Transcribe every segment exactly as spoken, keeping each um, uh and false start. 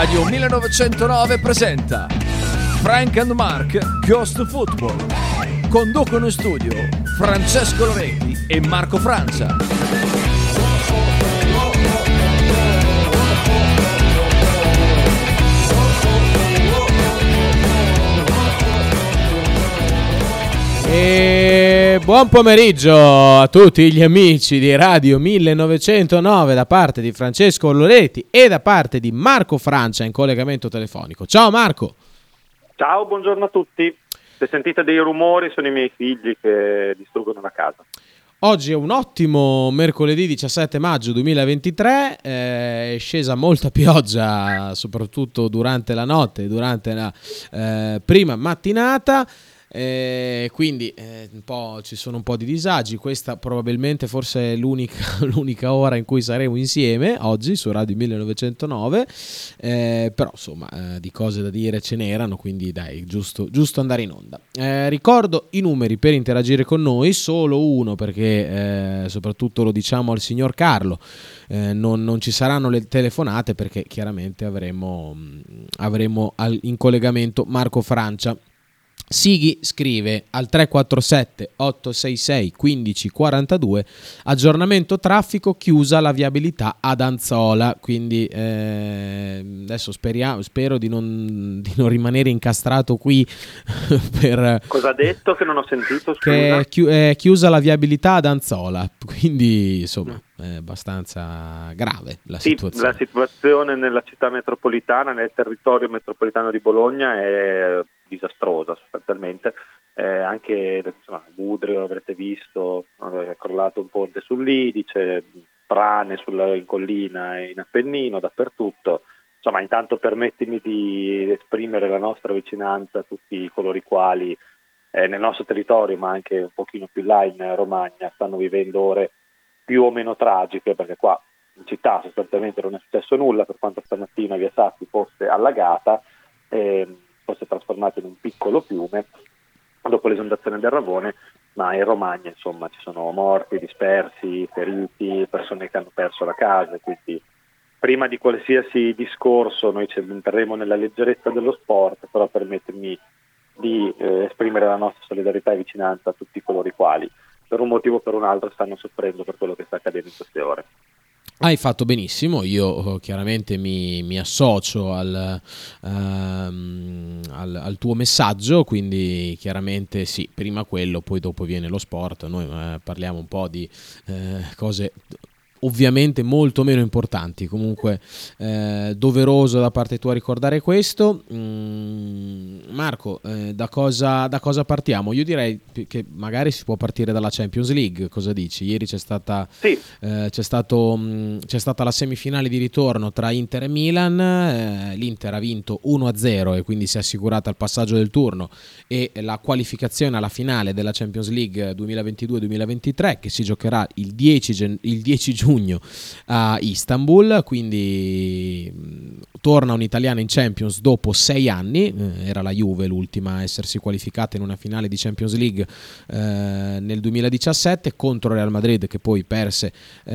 Radio millenovecentonove presenta Frank and Mark Goes to Football. Conducono in studio Francesco Loretti e Marco Francia. E buon pomeriggio a tutti gli amici di Radio millenovecentonove da parte di Francesco Loretti e da parte di Marco Francia in collegamento telefonico. Ciao Marco. Ciao, buongiorno a tutti. Se sentite dei rumori sono i miei figli che distruggono la casa. Oggi è un ottimo mercoledì diciassette maggio duemilaventitré, eh, è scesa molta pioggia soprattutto durante la notte, durante la eh, prima mattinata. Eh, quindi eh, un po', ci sono un po' di disagi. Questa probabilmente forse è l'unica, l'unica ora in cui saremo insieme oggi su Radio millenovecentonove, eh, però insomma eh, di cose da dire ce n'erano, quindi dai, giusto, giusto andare in onda. Eh, ricordo i numeri per interagire con noi, solo uno perché eh, soprattutto lo diciamo al signor Carlo, eh, non, non ci saranno le telefonate perché chiaramente avremo, avremo al, in collegamento Marco Francia. Sighi scrive al tre quattro sette otto sei sei uno cinque quattro due: aggiornamento traffico, chiusa la viabilità ad Anzola. Quindi eh, adesso speriamo, spero di non, di non rimanere incastrato qui per... Cosa ha detto che non ho sentito? Scusa. Che è, chi- è chiusa la viabilità ad Anzola, quindi insomma è abbastanza grave la sì, situazione. La situazione nella città metropolitana, nel territorio metropolitano di Bologna è disastrosa sostanzialmente, eh, anche insomma, Budrio avrete visto, è crollato un ponte sull'Idice, frane sulla, in collina e in Appennino, dappertutto. Insomma, intanto permettimi di esprimere la nostra vicinanza a tutti coloro i quali eh, nel nostro territorio, ma anche un pochino più là in Romagna, stanno vivendo ore più o meno tragiche, perché qua in città sostanzialmente non è successo nulla, per quanto stamattina via Sassi fosse allagata, eh, fosse trasformata in un piccolo fiume dopo l'esondazione del Ravone, ma in Romagna insomma ci sono morti, dispersi, feriti, persone che hanno perso la casa. Quindi prima di qualsiasi discorso noi ci entreremo nella leggerezza dello sport, però permettermi di eh, esprimere la nostra solidarietà e vicinanza a tutti coloro i quali per un motivo o per un altro stanno soffrendo per quello che sta accadendo in queste ore. Hai fatto benissimo, io chiaramente mi, mi associo al, um, al, al tuo messaggio, quindi chiaramente sì, prima quello, poi dopo viene lo sport. Noi eh, parliamo un po' di eh, cose ovviamente molto meno importanti, comunque eh, doveroso da parte tua ricordare questo. mm, Marco, eh, da, cosa, da cosa partiamo? Io direi che magari si può partire dalla Champions League, cosa dici? Ieri c'è stata, sì. eh, c'è stato, mh, c'è stata la semifinale di ritorno tra Inter e Milan, eh, l'Inter ha vinto uno a zero e quindi si è assicurata il passaggio del turno e la qualificazione alla finale della Champions League duemilaventidue duemilaventitré, che si giocherà il dieci, gen- il dieci giugno a Istanbul. Quindi mh, torna un'italiana in Champions dopo sei anni, eh, era la Juve l'ultima a essersi qualificata in una finale di Champions League eh, nel duemiladiciassette contro Real Madrid, che poi perse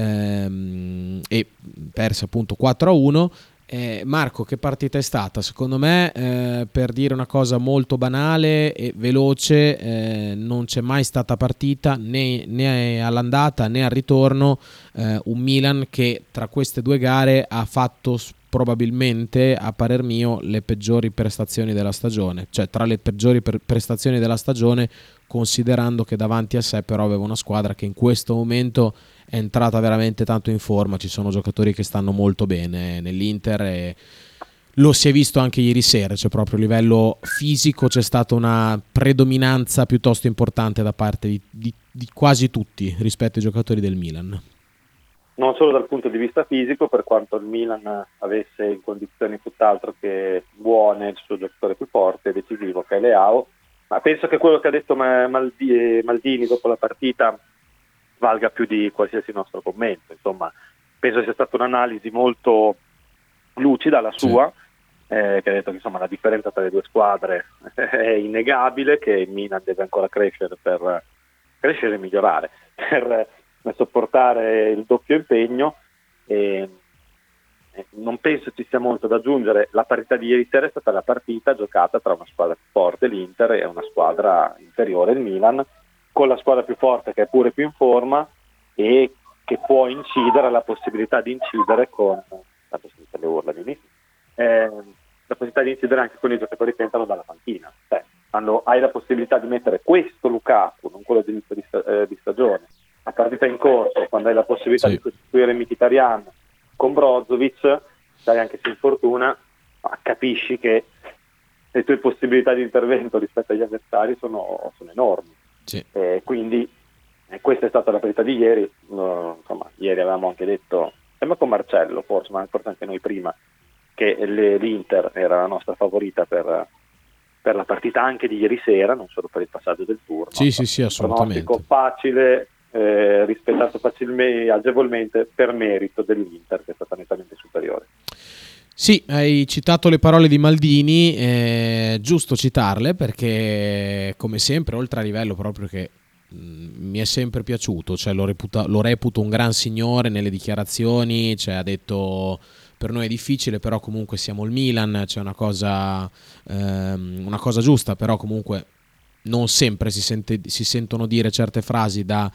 ehm, e perse appunto quattro a uno. Eh, Marco, che partita è stata? Secondo me, eh, per dire una cosa molto banale e veloce, eh, non c'è mai stata partita né, né all'andata né al ritorno eh, un Milan che tra queste due gare ha fatto probabilmente, a parer mio, le peggiori prestazioni della stagione, cioè tra le peggiori per- prestazioni della stagione, considerando che davanti a sé però aveva una squadra che in questo momento è entrata veramente tanto in forma. Ci sono giocatori che stanno molto bene nell'Inter e lo si è visto anche ieri sera, cioè proprio a livello fisico c'è stata una predominanza piuttosto importante da parte di, di, di quasi tutti rispetto ai giocatori del Milan. Non solo dal punto di vista fisico, per quanto il Milan avesse in condizioni tutt'altro che buone il suo giocatore più forte e decisivo che è Leao, ma penso che quello che ha detto Maldini dopo la partita valga più di qualsiasi nostro commento. Insomma, penso sia stata un'analisi molto lucida la sua, sì. eh, che ha detto che insomma la differenza tra le due squadre è innegabile, che il Milan deve ancora crescere per crescere e migliorare, per, per sopportare il doppio impegno, e, non penso ci sia molto da aggiungere. La partita di ieri sera è stata la partita giocata tra una squadra più forte, l'Inter, e una squadra inferiore, il Milan, con la squadra più forte che è pure più in forma e che può incidere, la possibilità di incidere con la possibilità, le urla di Nisi, eh, la possibilità di incidere anche con i giocatori che entrano dalla panchina. Cioè, quando hai la possibilità di mettere questo Lukaku, non quello di, di, eh, di stagione, a partita in corso, quando hai la possibilità sì. di sostituire Mkhitaryan con Brozovic, sai, anche se infortuna, ma capisci che le tue possibilità di intervento rispetto agli avversari sono, sono enormi. Sì. Eh, quindi eh, questa è stata la partita di ieri. No, insomma, ieri avevamo anche detto, sembra con Marcello forse, ma forse anche noi prima, che le, l'Inter era la nostra favorita per, per la partita anche di ieri sera, non solo per il passaggio del turno. Sì, sì, sì, assolutamente. Un facile, eh, rispettato facilmente, agevolmente, per merito dell'Inter, che è stata nettamente superiore. Sì, hai citato le parole di Maldini, è giusto citarle perché, come sempre, oltre a livello proprio che mh, mi è sempre piaciuto, cioè lo, reputa, lo reputo un gran signore nelle dichiarazioni, cioè ha detto per noi è difficile, però comunque siamo il Milan, c'è una cosa, ehm, una cosa giusta, però comunque non sempre si, sente, si sentono dire certe frasi da,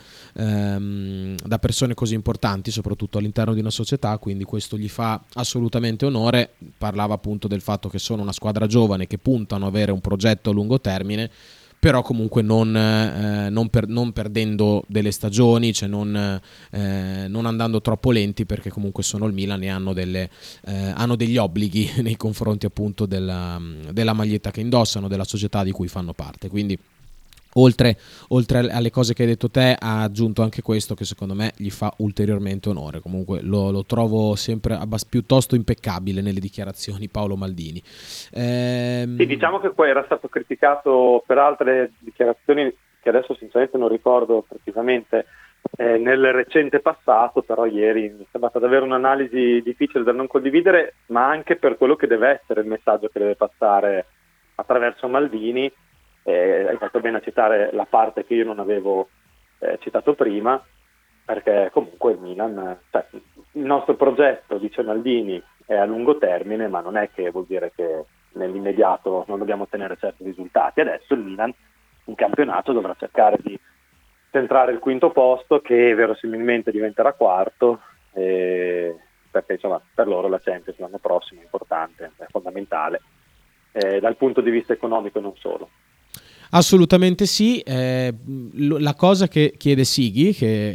ehm, da persone così importanti, soprattutto all'interno di una società, quindi questo gli fa assolutamente onore. Parlava appunto del fatto che sono una squadra giovane che puntano ad avere un progetto a lungo termine, però comunque non, eh, non, per, non perdendo delle stagioni, cioè non, eh, non andando troppo lenti, perché comunque sono il Milan e hanno, delle, eh, hanno degli obblighi nei confronti appunto della, della maglietta che indossano, della società di cui fanno parte. Quindi oltre, oltre alle cose che hai detto te, ha aggiunto anche questo che secondo me gli fa ulteriormente onore. Comunque lo, lo trovo sempre abbast- piuttosto impeccabile nelle dichiarazioni Paolo Maldini. Ehm... Sì, diciamo che poi era stato criticato per altre dichiarazioni che adesso sinceramente non ricordo precisamente eh, nel recente passato, però ieri mi è sembrata davvero un'analisi difficile da non condividere, ma anche per quello che deve essere il messaggio che deve passare attraverso Maldini. Eh, hai fatto bene a citare la parte che io non avevo eh, citato prima, perché comunque il Milan, cioè, il nostro progetto, dice Maldini, è a lungo termine, ma non è che vuol dire che nell'immediato non dobbiamo ottenere certi risultati. Adesso il Milan in campionato dovrà cercare di centrare il quinto posto, che verosimilmente diventerà quarto, eh, perché insomma per loro la Champions l'anno prossimo è importante, è fondamentale eh, dal punto di vista economico e non solo. Assolutamente sì. Eh, la cosa che chiede Sighi, che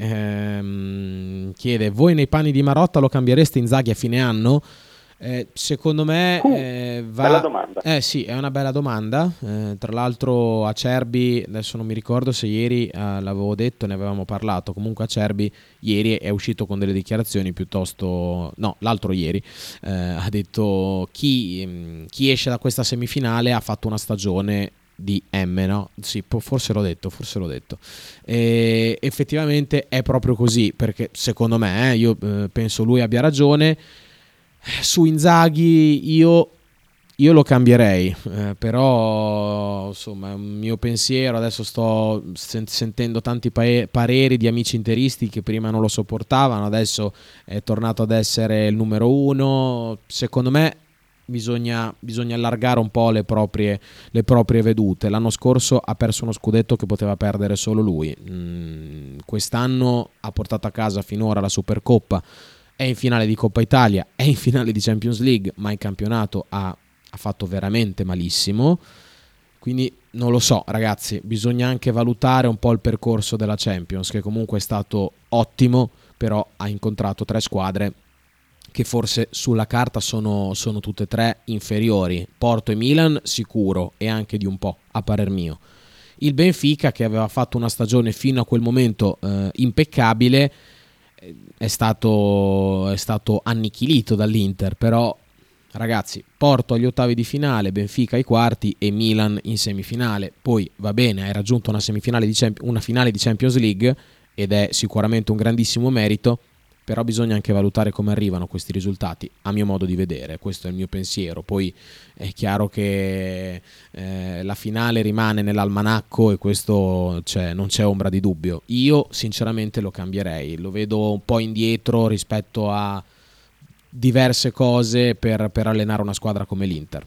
ehm, chiede: voi nei panni di Marotta lo cambiereste Inzaghi a fine anno? Eh, secondo me eh, va... bella domanda. Eh sì, è una bella domanda. Eh, tra l'altro Acerbi, adesso non mi ricordo se ieri eh, l'avevo detto, ne avevamo parlato. Comunque Acerbi ieri è uscito con delle dichiarazioni piuttosto, no, l'altro ieri eh, ha detto chi, chi esce da questa semifinale ha fatto una stagione di M, no? Sì, forse l'ho detto, forse l'ho detto. E effettivamente è proprio così, perché secondo me, eh, io eh, penso lui abbia ragione. Su Inzaghi io, io lo cambierei, eh, però insomma è un mio pensiero. Adesso sto sent- sentendo tanti pa- pareri di amici interisti che prima non lo sopportavano, adesso è tornato ad essere il numero uno. Secondo me Bisogna, bisogna allargare un po' le proprie, le proprie vedute. L'anno scorso ha perso uno scudetto che poteva perdere solo lui. Mm, quest'anno ha portato a casa finora la Supercoppa, è in finale di Coppa Italia, è in finale di Champions League, ma in campionato ha, ha fatto veramente malissimo. Quindi non lo so, ragazzi, bisogna anche valutare un po' il percorso della Champions, che comunque è stato ottimo, però ha incontrato tre squadre che forse sulla carta sono, sono tutte e tre inferiori. Porto e Milan sicuro, e anche di un po', a parer mio. Il Benfica, che aveva fatto una stagione fino a quel momento eh, impeccabile, è stato, è stato annichilito dall'Inter. Però ragazzi, Porto agli ottavi di finale, Benfica ai quarti e Milan in semifinale. Poi va bene, hai raggiunto una semifinale di Champ- una finale di Champions League ed è sicuramente un grandissimo merito, però bisogna anche valutare come arrivano questi risultati, a mio modo di vedere. Questo è il mio pensiero. Poi è chiaro che eh, la finale rimane nell'almanacco e questo, cioè, non c'è ombra di dubbio. Io sinceramente lo cambierei, lo vedo un po' indietro rispetto a diverse cose per, per allenare una squadra come l'Inter?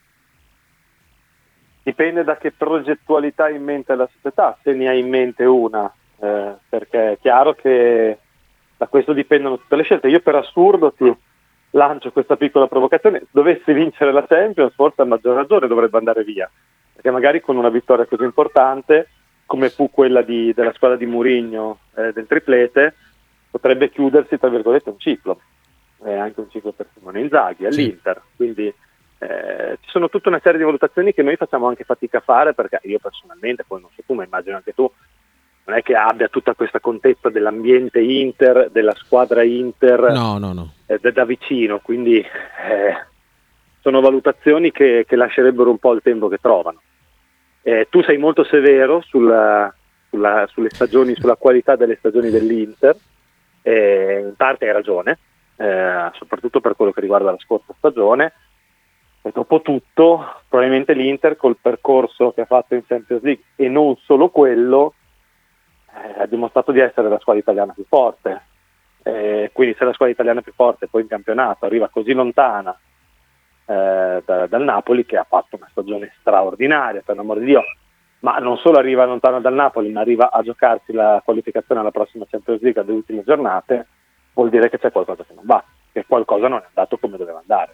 Dipende da che progettualità ha in mente la società, se ne ha in mente una, eh, perché è chiaro che da questo dipendono tutte le scelte. Io per assurdo ti lancio questa piccola provocazione: dovessi vincere la Champions, forse a maggior ragione dovrebbe andare via, perché magari con una vittoria così importante come fu quella di, della squadra di Mourinho, eh, del triplete, potrebbe chiudersi tra virgolette un ciclo, eh, anche un ciclo per Simone Inzaghi all'Inter. Sì. Quindi eh, ci sono tutta una serie di valutazioni che noi facciamo anche fatica a fare, perché io personalmente, poi non so tu, ma immagino anche tu, non è che abbia tutta questa contezza dell'ambiente Inter, della squadra Inter, no, no, no. Eh, da, da vicino, quindi eh, sono valutazioni che, che lascerebbero un po' il tempo che trovano. Eh, tu sei molto severo sulla, sulla, sulle stagioni, sulla qualità delle stagioni dell'Inter, eh, in parte hai ragione, eh, soprattutto per quello che riguarda la scorsa stagione, e dopo tutto probabilmente l'Inter col percorso che ha fatto in Champions League, e non solo quello, eh, ha dimostrato di essere la squadra italiana più forte, eh, quindi se la squadra italiana più forte poi in campionato arriva così lontana eh, da, dal Napoli, che ha fatto una stagione straordinaria, per l'amor di Dio, ma non solo arriva lontano dal Napoli, ma arriva a giocarsi la qualificazione alla prossima Champions League alle ultime giornate, vuol dire che c'è qualcosa che non va, che qualcosa non è andato come doveva andare.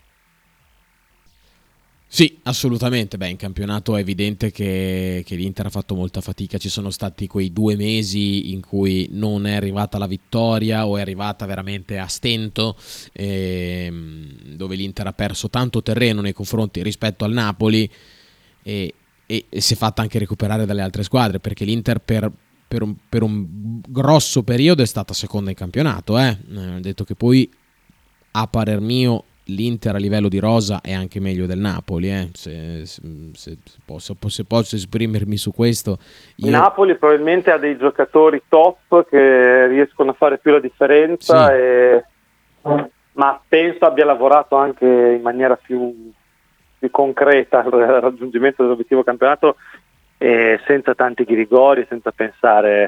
Sì, assolutamente. Beh, in campionato è evidente che, che l'Inter ha fatto molta fatica. Ci sono stati quei due mesi in cui non è arrivata la vittoria, o è arrivata veramente a stento, ehm, dove l'Inter ha perso tanto terreno nei confronti rispetto al Napoli, e, e, e si è fatta anche recuperare dalle altre squadre, perché l'Inter per, per, un, per un grosso periodo è stata seconda in campionato. Eh. Eh, ho detto che poi, a parer mio, l'Inter a livello di rosa è anche meglio del Napoli, eh. se, se, se, posso, se posso esprimermi su questo. Io... Napoli probabilmente ha dei giocatori top che riescono a fare più la differenza, sì. e... ma penso abbia lavorato anche in maniera più, più concreta al raggiungimento dell'obiettivo campionato, e senza tanti ghirigori, senza pensare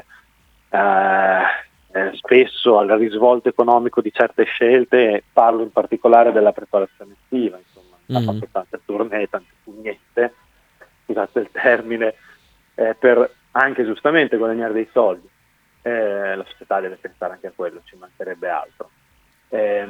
eh, Eh, spesso al risvolto economico di certe scelte. Parlo in particolare della preparazione estiva, insomma, mm-hmm. ha fatto tante tournée, tante pugnette, scusate il termine, eh, per anche giustamente guadagnare dei soldi. Eh, la società deve pensare anche a quello, ci mancherebbe altro. Eh,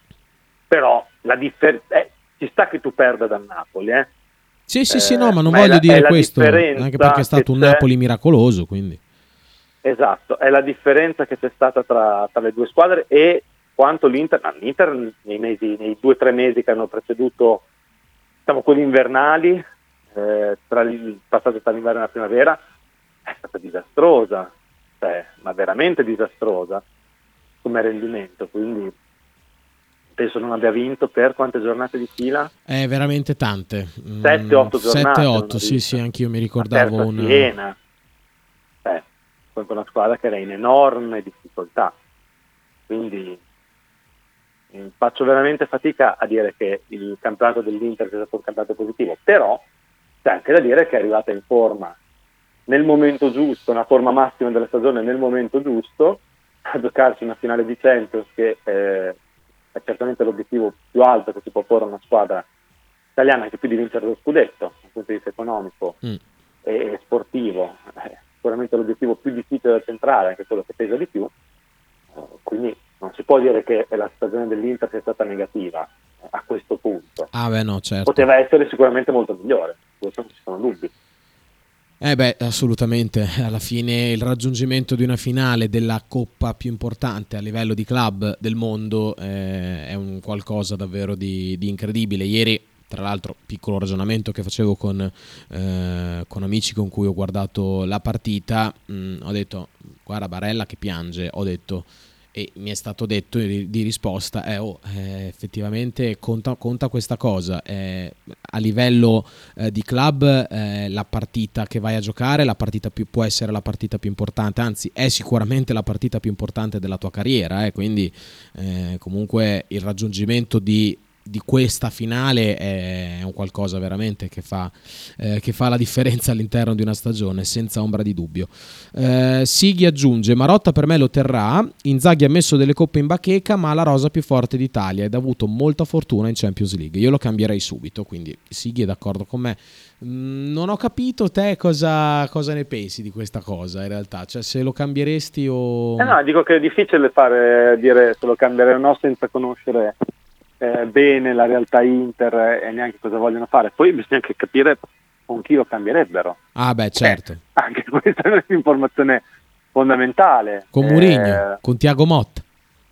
però la differ- eh, ci sta che tu perda dal Napoli, eh? Sì, sì, sì, no, ma non ma voglio la, dire questo, anche perché è stato un c'è... Napoli miracoloso, quindi. Esatto, è la differenza che c'è stata tra, tra le due squadre, e quanto l'Inter, no, l'Inter nei mesi, nei due o tre mesi che hanno preceduto, diciamo, quelli invernali, eh, tra il passaggio tra l'inverno e la primavera, è stata disastrosa, cioè, ma veramente disastrosa come rendimento, quindi penso non abbia vinto per quante giornate di fila? Eh, veramente tante. sette otto giornate. sette otto, sì, sì, anch'io mi ricordavo una... Siena. Eh, con una squadra che era in enorme difficoltà, quindi eh, faccio veramente fatica a dire che il campionato dell'Inter sia stato un campionato positivo, però c'è anche da dire che è arrivata in forma nel momento giusto, una forma massima della stagione nel momento giusto, a giocarsi una finale di Champions, che eh, è certamente l'obiettivo più alto che si può porre a una squadra italiana, anche più di vincere lo scudetto dal punto di vista economico mm. e sportivo. Eh, sicuramente l'obiettivo più difficile da centrare, anche quello che pesa di più, uh, quindi non si può dire che la stagione dell'Inter sia stata negativa eh, a questo punto. Ah beh, no, certo. Poteva essere sicuramente molto migliore, questo non ci sono dubbi. Eh beh, assolutamente, alla fine il raggiungimento di una finale della coppa più importante a livello di club del mondo eh, è un qualcosa davvero di, di incredibile. Ieri, tra l'altro, piccolo ragionamento che facevo con, eh, con amici con cui ho guardato la partita, mh, ho detto, guarda Barella che piange, ho detto, e mi è stato detto di, di risposta, eh, oh, eh, effettivamente conta, conta questa cosa, eh, a livello eh, di club eh, la partita che vai a giocare, la partita più, può essere la partita più importante, anzi è sicuramente la partita più importante della tua carriera, eh, quindi eh, comunque il raggiungimento di di questa finale è un qualcosa veramente che fa, eh, che fa la differenza all'interno di una stagione, senza ombra di dubbio. eh, Sighi aggiunge: Marotta per me lo terrà, Inzaghi ha messo delle coppe in bacheca ma ha la rosa più forte d'Italia ed ha avuto molta fortuna in Champions League. Io lo cambierei subito, quindi Sighi è d'accordo con me. mm, non ho capito te cosa, cosa ne pensi di questa cosa in realtà, cioè se lo cambieresti o... Eh no, dico che è difficile fare dire se lo cambierei o no senza conoscere Eh, bene la realtà Inter e neanche cosa vogliono fare. Poi bisogna anche capire con chi lo cambierebbero. Ah beh, certo. Eh, anche questa è un'informazione fondamentale. Con eh, Mourinho, con Thiago Motta.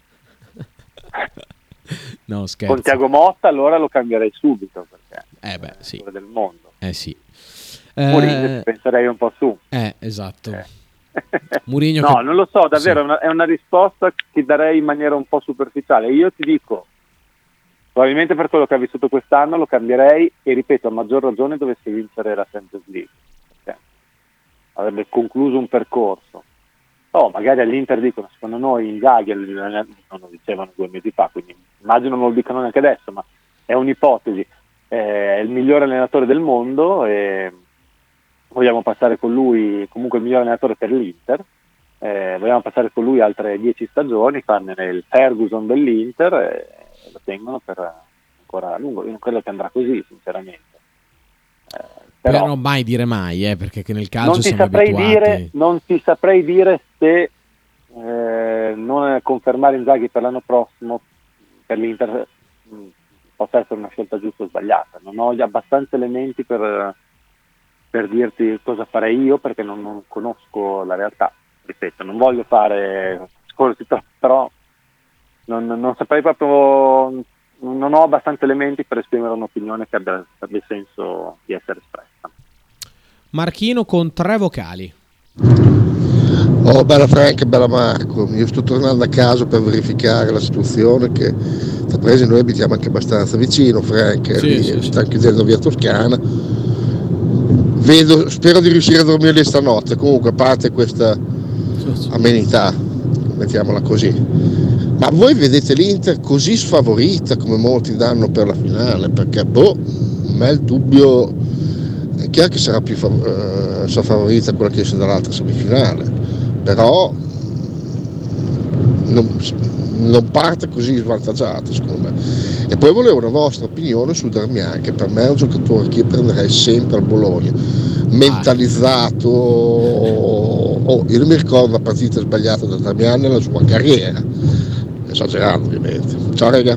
No, scherzo. Con Thiago Motta allora lo cambierei subito perché eh beh, sì. è del mondo. Eh sì. Mourinho Eh, ci penserei un po' su. eh esatto. Eh. Mourinho no, che... non lo so, davvero sì. è, una, è una risposta che darei in maniera un po' superficiale. Io ti dico, probabilmente per quello che ha vissuto quest'anno lo cambierei e ripeto, a maggior ragione dovesse vincere la Champions League, perché avrebbe concluso un percorso. Oh, magari all'Inter dicono, secondo noi Inzaghi, non lo dicevano due mesi fa, quindi immagino non lo dicano neanche adesso, ma è un'ipotesi, eh, è il migliore allenatore del mondo e vogliamo passare con lui, comunque il migliore allenatore per l'Inter, eh, vogliamo passare con lui altre dieci stagioni, farne il Ferguson dell'Inter e lo tengono per ancora a lungo. Io non credo che andrà così, sinceramente. Eh, però però non mai dire mai, eh, perché che nel calcio non ti siamo saprei abituati. dire, non ti saprei dire se eh, non confermare Inzaghi per l'anno prossimo per l'Inter mh, possa essere una scelta giusta o sbagliata. Non ho abbastanza elementi per, per dirti cosa farei io, perché non, non conosco la realtà. Ripeto, non voglio fare discorsi, però non, non saprei proprio, non ho abbastanza elementi per esprimere un'opinione che abbia, abbia senso di essere espressa. Marchino con tre vocali. Oh, bella Frank, bella Marco, io sto tornando a casa per verificare la situazione, che tra presi noi abitiamo anche abbastanza vicino, Frank, Sì, lì, sì, ci sì. stanno chiudendo via Toscana. Vedo, spero di riuscire a dormire lì stanotte, comunque a parte questa amenità, mettiamola così. Ma voi vedete l'Inter così sfavorita come molti danno per la finale? Perché boh, a me il dubbio è chiaro che sarà più fav- eh, sarà favorita quella che esce dall'altra semifinale, però non, non parte così svantaggiata secondo me. E poi volevo una vostra opinione su Darmian, che per me è un giocatore che io prenderei sempre al Bologna, mentalizzato. Oh, io non mi ricordo una partita sbagliata da Darmian nella sua carriera, esagerando ovviamente. Ciao raga.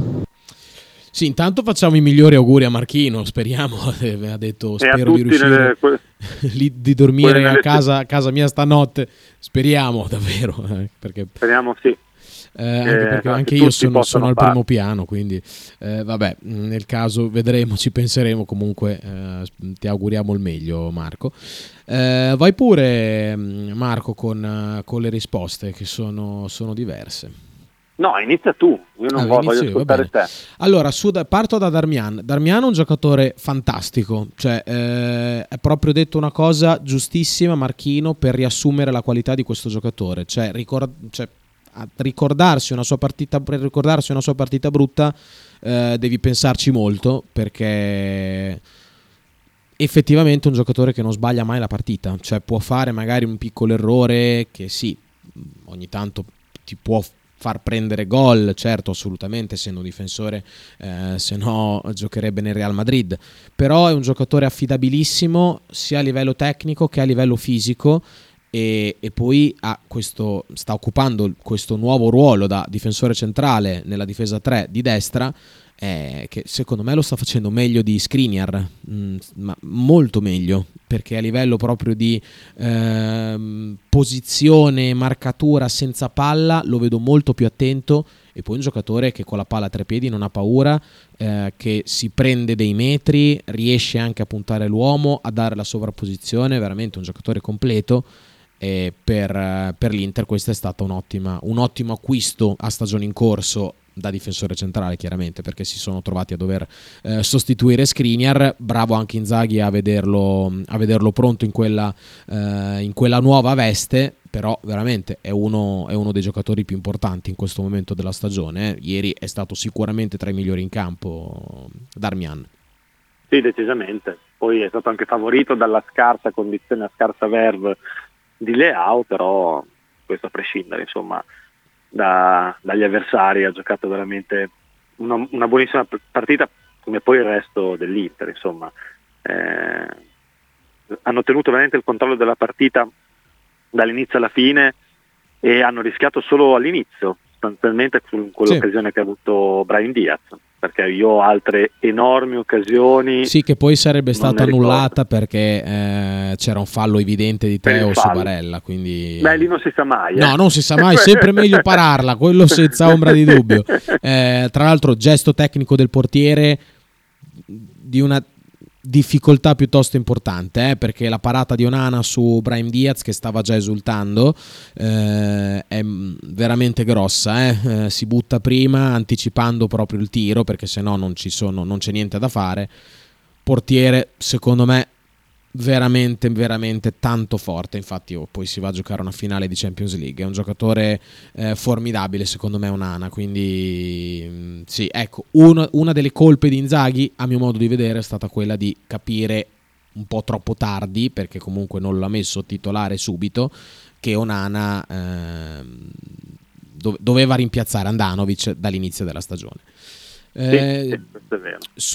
Sì, intanto facciamo i migliori auguri a Marchino, speriamo, ha detto E a spero di tutti riuscire nelle- que- lì, di dormire quelle a nelle- casa, a casa mia stanotte, speriamo davvero, eh, perché, Speriamo sì. eh, anche, Eh, perché no, anche che io tutti sono, possano sono al farlo. primo piano, quindi eh, vabbè, nel caso vedremo, ci penseremo, comunque eh, ti auguriamo il meglio Marco. Eh, vai pure Marco con, eh, con le risposte che sono, sono diverse. No, inizia tu, io non Ah, voglio, inizio voglio io, va ascoltare bene. te. Allora, su, parto da Darmian. Darmian è un giocatore fantastico, cioè eh, è proprio detto una cosa giustissima Marchino per riassumere la qualità di questo giocatore, cioè, ricord- cioè a ricordarsi una sua partita, per ricordarsi una sua partita brutta eh, devi pensarci molto, perché effettivamente è un giocatore che non sbaglia mai la partita, cioè può fare magari un piccolo errore che sì, ogni tanto ti può far prendere gol, certo, assolutamente, essendo un difensore, eh, se no giocherebbe nel Real Madrid, però è un giocatore affidabilissimo sia a livello tecnico che a livello fisico, e, e poi ha questo, sta occupando questo nuovo ruolo da difensore centrale nella difesa tre di destra, eh, che secondo me lo sta facendo meglio di Skriniar, mh, ma molto meglio, perché a livello proprio di ehm, posizione, marcatura senza palla lo vedo molto più attento, e poi un giocatore che con la palla a tre piedi non ha paura, eh, che si prende dei metri, riesce anche a puntare l'uomo, a dare la sovrapposizione, veramente un giocatore completo. E per, per l'Inter questo è stato un'ottima, un ottimo acquisto a stagione in corso da difensore centrale, chiaramente, perché si sono trovati a dover eh, sostituire Skriniar. Bravo anche Inzaghi a vederlo, a vederlo pronto in quella, eh, in quella nuova veste, però veramente è uno, è uno dei giocatori più importanti in questo momento della stagione. eh. Ieri è stato sicuramente tra i migliori in campo Darmian. Sì, decisamente. Poi è stato anche favorito dalla scarsa condizione, la scarsa verve di Leao, però questo a prescindere, insomma, da, dagli avversari. Ha giocato veramente una, una buonissima partita, come poi il resto dell'Inter, insomma. Eh, hanno tenuto veramente il controllo della partita dall'inizio alla fine e hanno rischiato solo all'inizio, sostanzialmente con quell'occasione sì. che ha avuto Brahim Diaz, perché io ho altre enormi occasioni. Sì, che poi sarebbe stata annullata perché eh, c'era un fallo evidente di Teo su Barella, quindi... Beh, lì non si sa mai. Eh. No, non si sa mai, sempre meglio pararla, quello senza ombra di dubbio. Eh, tra l'altro gesto tecnico del portiere di una difficoltà piuttosto importante, eh, perché la parata di Onana su Brahim Diaz, che stava già esultando, eh, è veramente grossa, eh. Eh, si butta prima anticipando proprio il tiro, perché se no non ci sono, non c'è niente da fare. Portiere secondo me veramente veramente tanto forte, infatti oh, poi si va a giocare una finale di Champions League, è un giocatore eh, formidabile secondo me Onana, quindi mh, sì, ecco, uno, una delle colpe di Inzaghi a mio modo di vedere è stata quella di capire un po' troppo tardi, perché comunque non l'ha messo titolare subito, che Onana eh, doveva rimpiazzare Andanovic dall'inizio della stagione. Eh, sì, sì, è vero.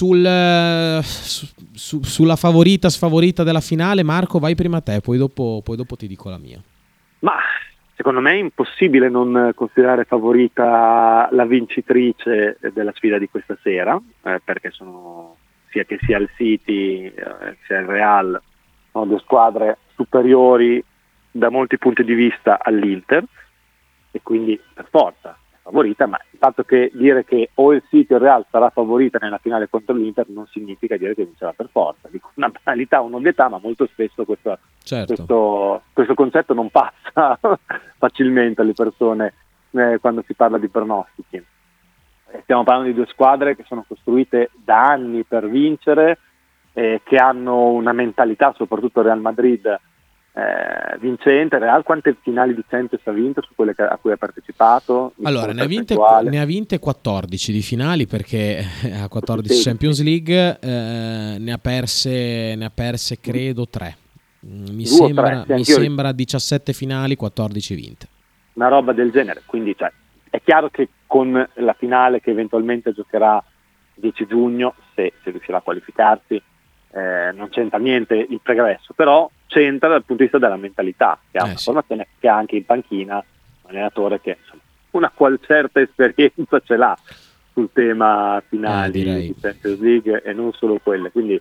Sul, su, su, sulla favorita sfavorita della finale, Marco, vai prima te, poi dopo, poi dopo ti dico la mia. Ma secondo me è impossibile non considerare favorita la vincitrice della sfida di questa sera, eh, perché sono sia che sia il City eh, sia il Real, sono due squadre superiori da molti punti di vista all'Inter, e quindi per forza favorita. Ma il fatto che dire che o il City o il Real sarà favorita nella finale contro l'Inter non significa dire che vincerà per forza. Dico una banalità, un'ovvietà, ma molto spesso questo, certo. questo, questo concetto non passa facilmente alle persone eh, quando si parla di pronostici. Eh, stiamo parlando di due squadre che sono costruite da anni per vincere, eh, che hanno una mentalità, soprattutto Real Madrid, Eh, vincente. Real quante finali di Champions ha vinto su quelle che, a cui ha partecipato? Allora ne ha, vinte, ne ha vinte quattordici di finali, perché ha quattordici Champions League, eh, ne ha perse ne ha perse credo tre, mi Due sembra, tre, mi sembra diciassette finali, quattordici vinte, una roba del genere. Quindi cioè, è chiaro che con la finale che eventualmente giocherà dieci giugno, se, se riuscirà a qualificarsi, eh, non c'entra niente il pregresso, però c'entra dal punto di vista della mentalità, che ha eh, una sì. formazione, che ha anche in panchina un allenatore che insomma, una qual certa esperienza ce l'ha sul tema finali eh, di Champions League e non solo quelle. Quindi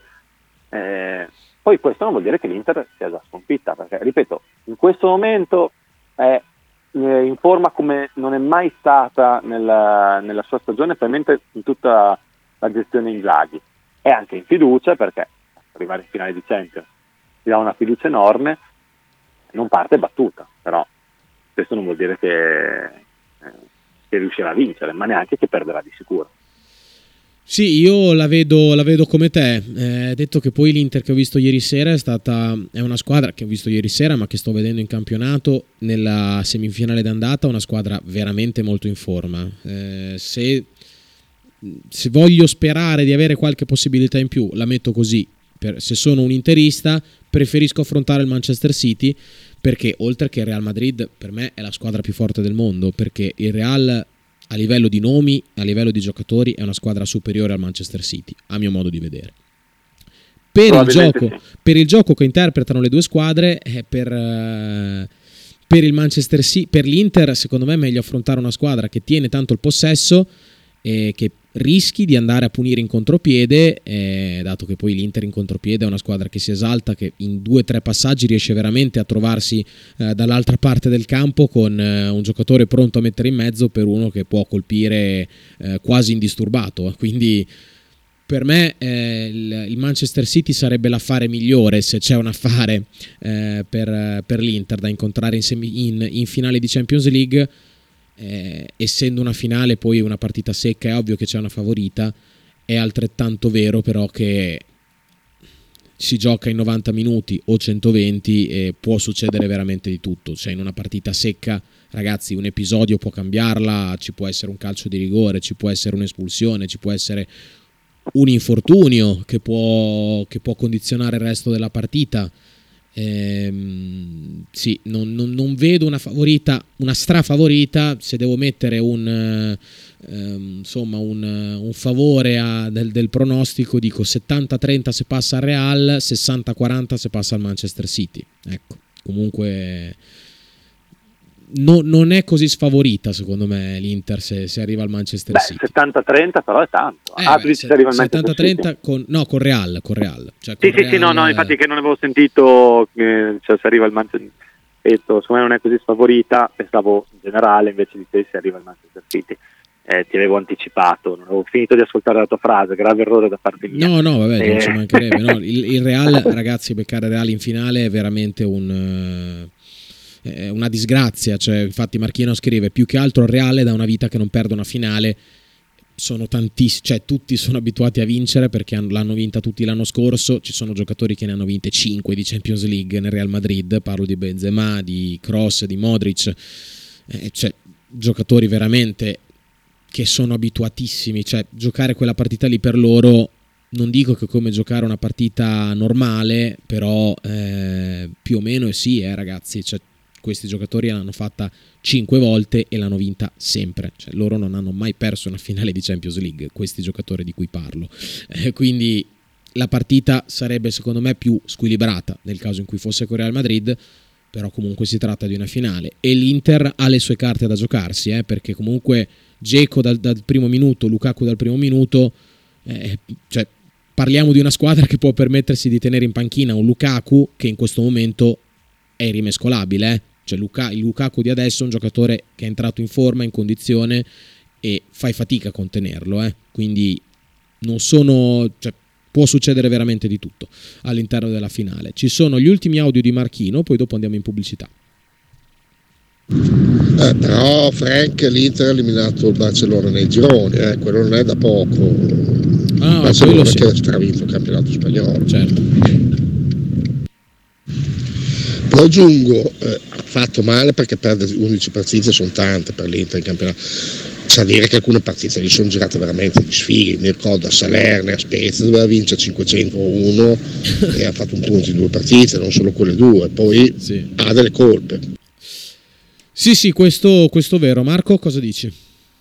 eh, poi questo non vuol dire che l'Inter sia già sconfitta, perché ripeto, in questo momento è eh, in forma come non è mai stata nella, nella sua stagione, probabilmente in tutta la gestione Inzaghi. È anche in fiducia, perché arrivare in finale di Champions ti dà una fiducia enorme, non parte battuta, però questo non vuol dire che, eh, che riuscirà a vincere, ma neanche che perderà di sicuro. Sì, io la vedo, la vedo come te. Eh, detto che poi l'Inter che ho visto ieri sera è stata è una squadra che ho visto ieri sera, ma che sto vedendo in campionato nella semifinale d'andata, una squadra veramente molto in forma. Eh, se, se voglio sperare di avere qualche possibilità in più, la metto così. Per, se sono un interista, preferisco affrontare il Manchester City, perché oltre che il Real Madrid per me è la squadra più forte del mondo, perché il Real a livello di nomi, a livello di giocatori è una squadra superiore al Manchester City, a mio modo di vedere. Per il gioco, sì. per il gioco che interpretano le due squadre, eh, per, uh, per il Manchester City, per l'Inter secondo me è meglio affrontare una squadra che tiene tanto il possesso e che rischi di andare a punire in contropiede, eh, dato che poi l'Inter in contropiede è una squadra che si esalta, che in due o tre passaggi riesce veramente a trovarsi eh, dall'altra parte del campo con eh, un giocatore pronto a mettere in mezzo per uno che può colpire eh, quasi indisturbato. Quindi per me eh, il, il Manchester City sarebbe l'affare migliore, se c'è un affare eh, per, per l'Inter da incontrare in, semi, in, in finale di Champions League. Eh, essendo una finale poi una partita secca, è ovvio che c'è una favorita, è altrettanto vero però che si gioca in novanta minuti o centoventi e può succedere veramente di tutto. Cioè in una partita secca, ragazzi, un episodio può cambiarla, ci può essere un calcio di rigore, ci può essere un'espulsione, ci può essere un infortunio che può, che può condizionare il resto della partita. Ehm, sì, non, non, non vedo una favorita, una strafavorita. Se devo mettere un ehm, insomma un, un favore a, del, del pronostico, dico settanta trenta se passa al Real, sessanta quaranta se passa al Manchester City. Ecco, comunque no, non è così sfavorita secondo me l'Inter se, se arriva al Manchester Beh, City. settanta trenta però è tanto. Eh, ah, beh, se arriva al settanta trenta City. con no con Real, con Real. Cioè, Sì, con sì, sì, no, Real, no, infatti che non avevo sentito, eh, cioè se arriva il Manchester City, secondo me non è così sfavorita, pensavo in generale invece di te se arriva il Manchester City. Eh, ti avevo anticipato, non avevo finito di ascoltare la tua frase, grave errore da parte mia. No, no, vabbè, eh. non ci mancherebbe. No, il, il Real, ragazzi, beccare il Real in finale è veramente un... Eh, una disgrazia, cioè, infatti Marchino scrive più che altro il Real da una vita che non perde una finale. Sono tantissimi, cioè tutti sono abituati a vincere perché hanno, l'hanno vinta tutti l'anno scorso. Ci sono giocatori che ne hanno vinte cinque di Champions League nel Real Madrid, parlo di Benzema, di Kroos, di Modric, eh, cioè giocatori veramente che sono abituatissimi, cioè giocare quella partita lì per loro, non dico che come giocare una partita normale, però eh, più o meno sì, eh, ragazzi, cioè questi giocatori l'hanno fatta cinque volte e l'hanno vinta sempre, cioè loro non hanno mai perso una finale di Champions League, questi giocatori di cui parlo, eh, quindi la partita sarebbe secondo me più squilibrata nel caso in cui fosse con Real Madrid, però comunque si tratta di una finale e l'Inter ha le sue carte da giocarsi, eh, perché comunque Dzeko dal, dal primo minuto, Lukaku dal primo minuto, eh, cioè parliamo di una squadra che può permettersi di tenere in panchina un Lukaku che in questo momento è irrimescolabile, eh. Cioè Luka, il Lukaku di adesso è un giocatore che è entrato in forma, in condizione e fai fatica a contenerlo, eh. Quindi non sono, cioè, può succedere veramente di tutto all'interno della finale. Ci sono gli ultimi audio di Marchino, poi dopo andiamo in pubblicità. Eh, però Frank, l'Inter ha eliminato il Barcellona nei gironi, eh, quello non è da poco. Ah, Barcellona sì. che ha stravinto il campionato spagnolo. Certo. Lo aggiungo, eh, ha fatto male perché perde undici partite, sono tante per l'Inter in campionato. C'è da dire che alcune partite gli sono girate veramente di sfighe. Mi ricordo a Salerne, a Spezia doveva vincere cinquecento a uno e ha fatto un punto in due partite, non solo quelle due, poi Sì. ha delle colpe. Sì, sì, questo, questo vero. Marco, cosa dici?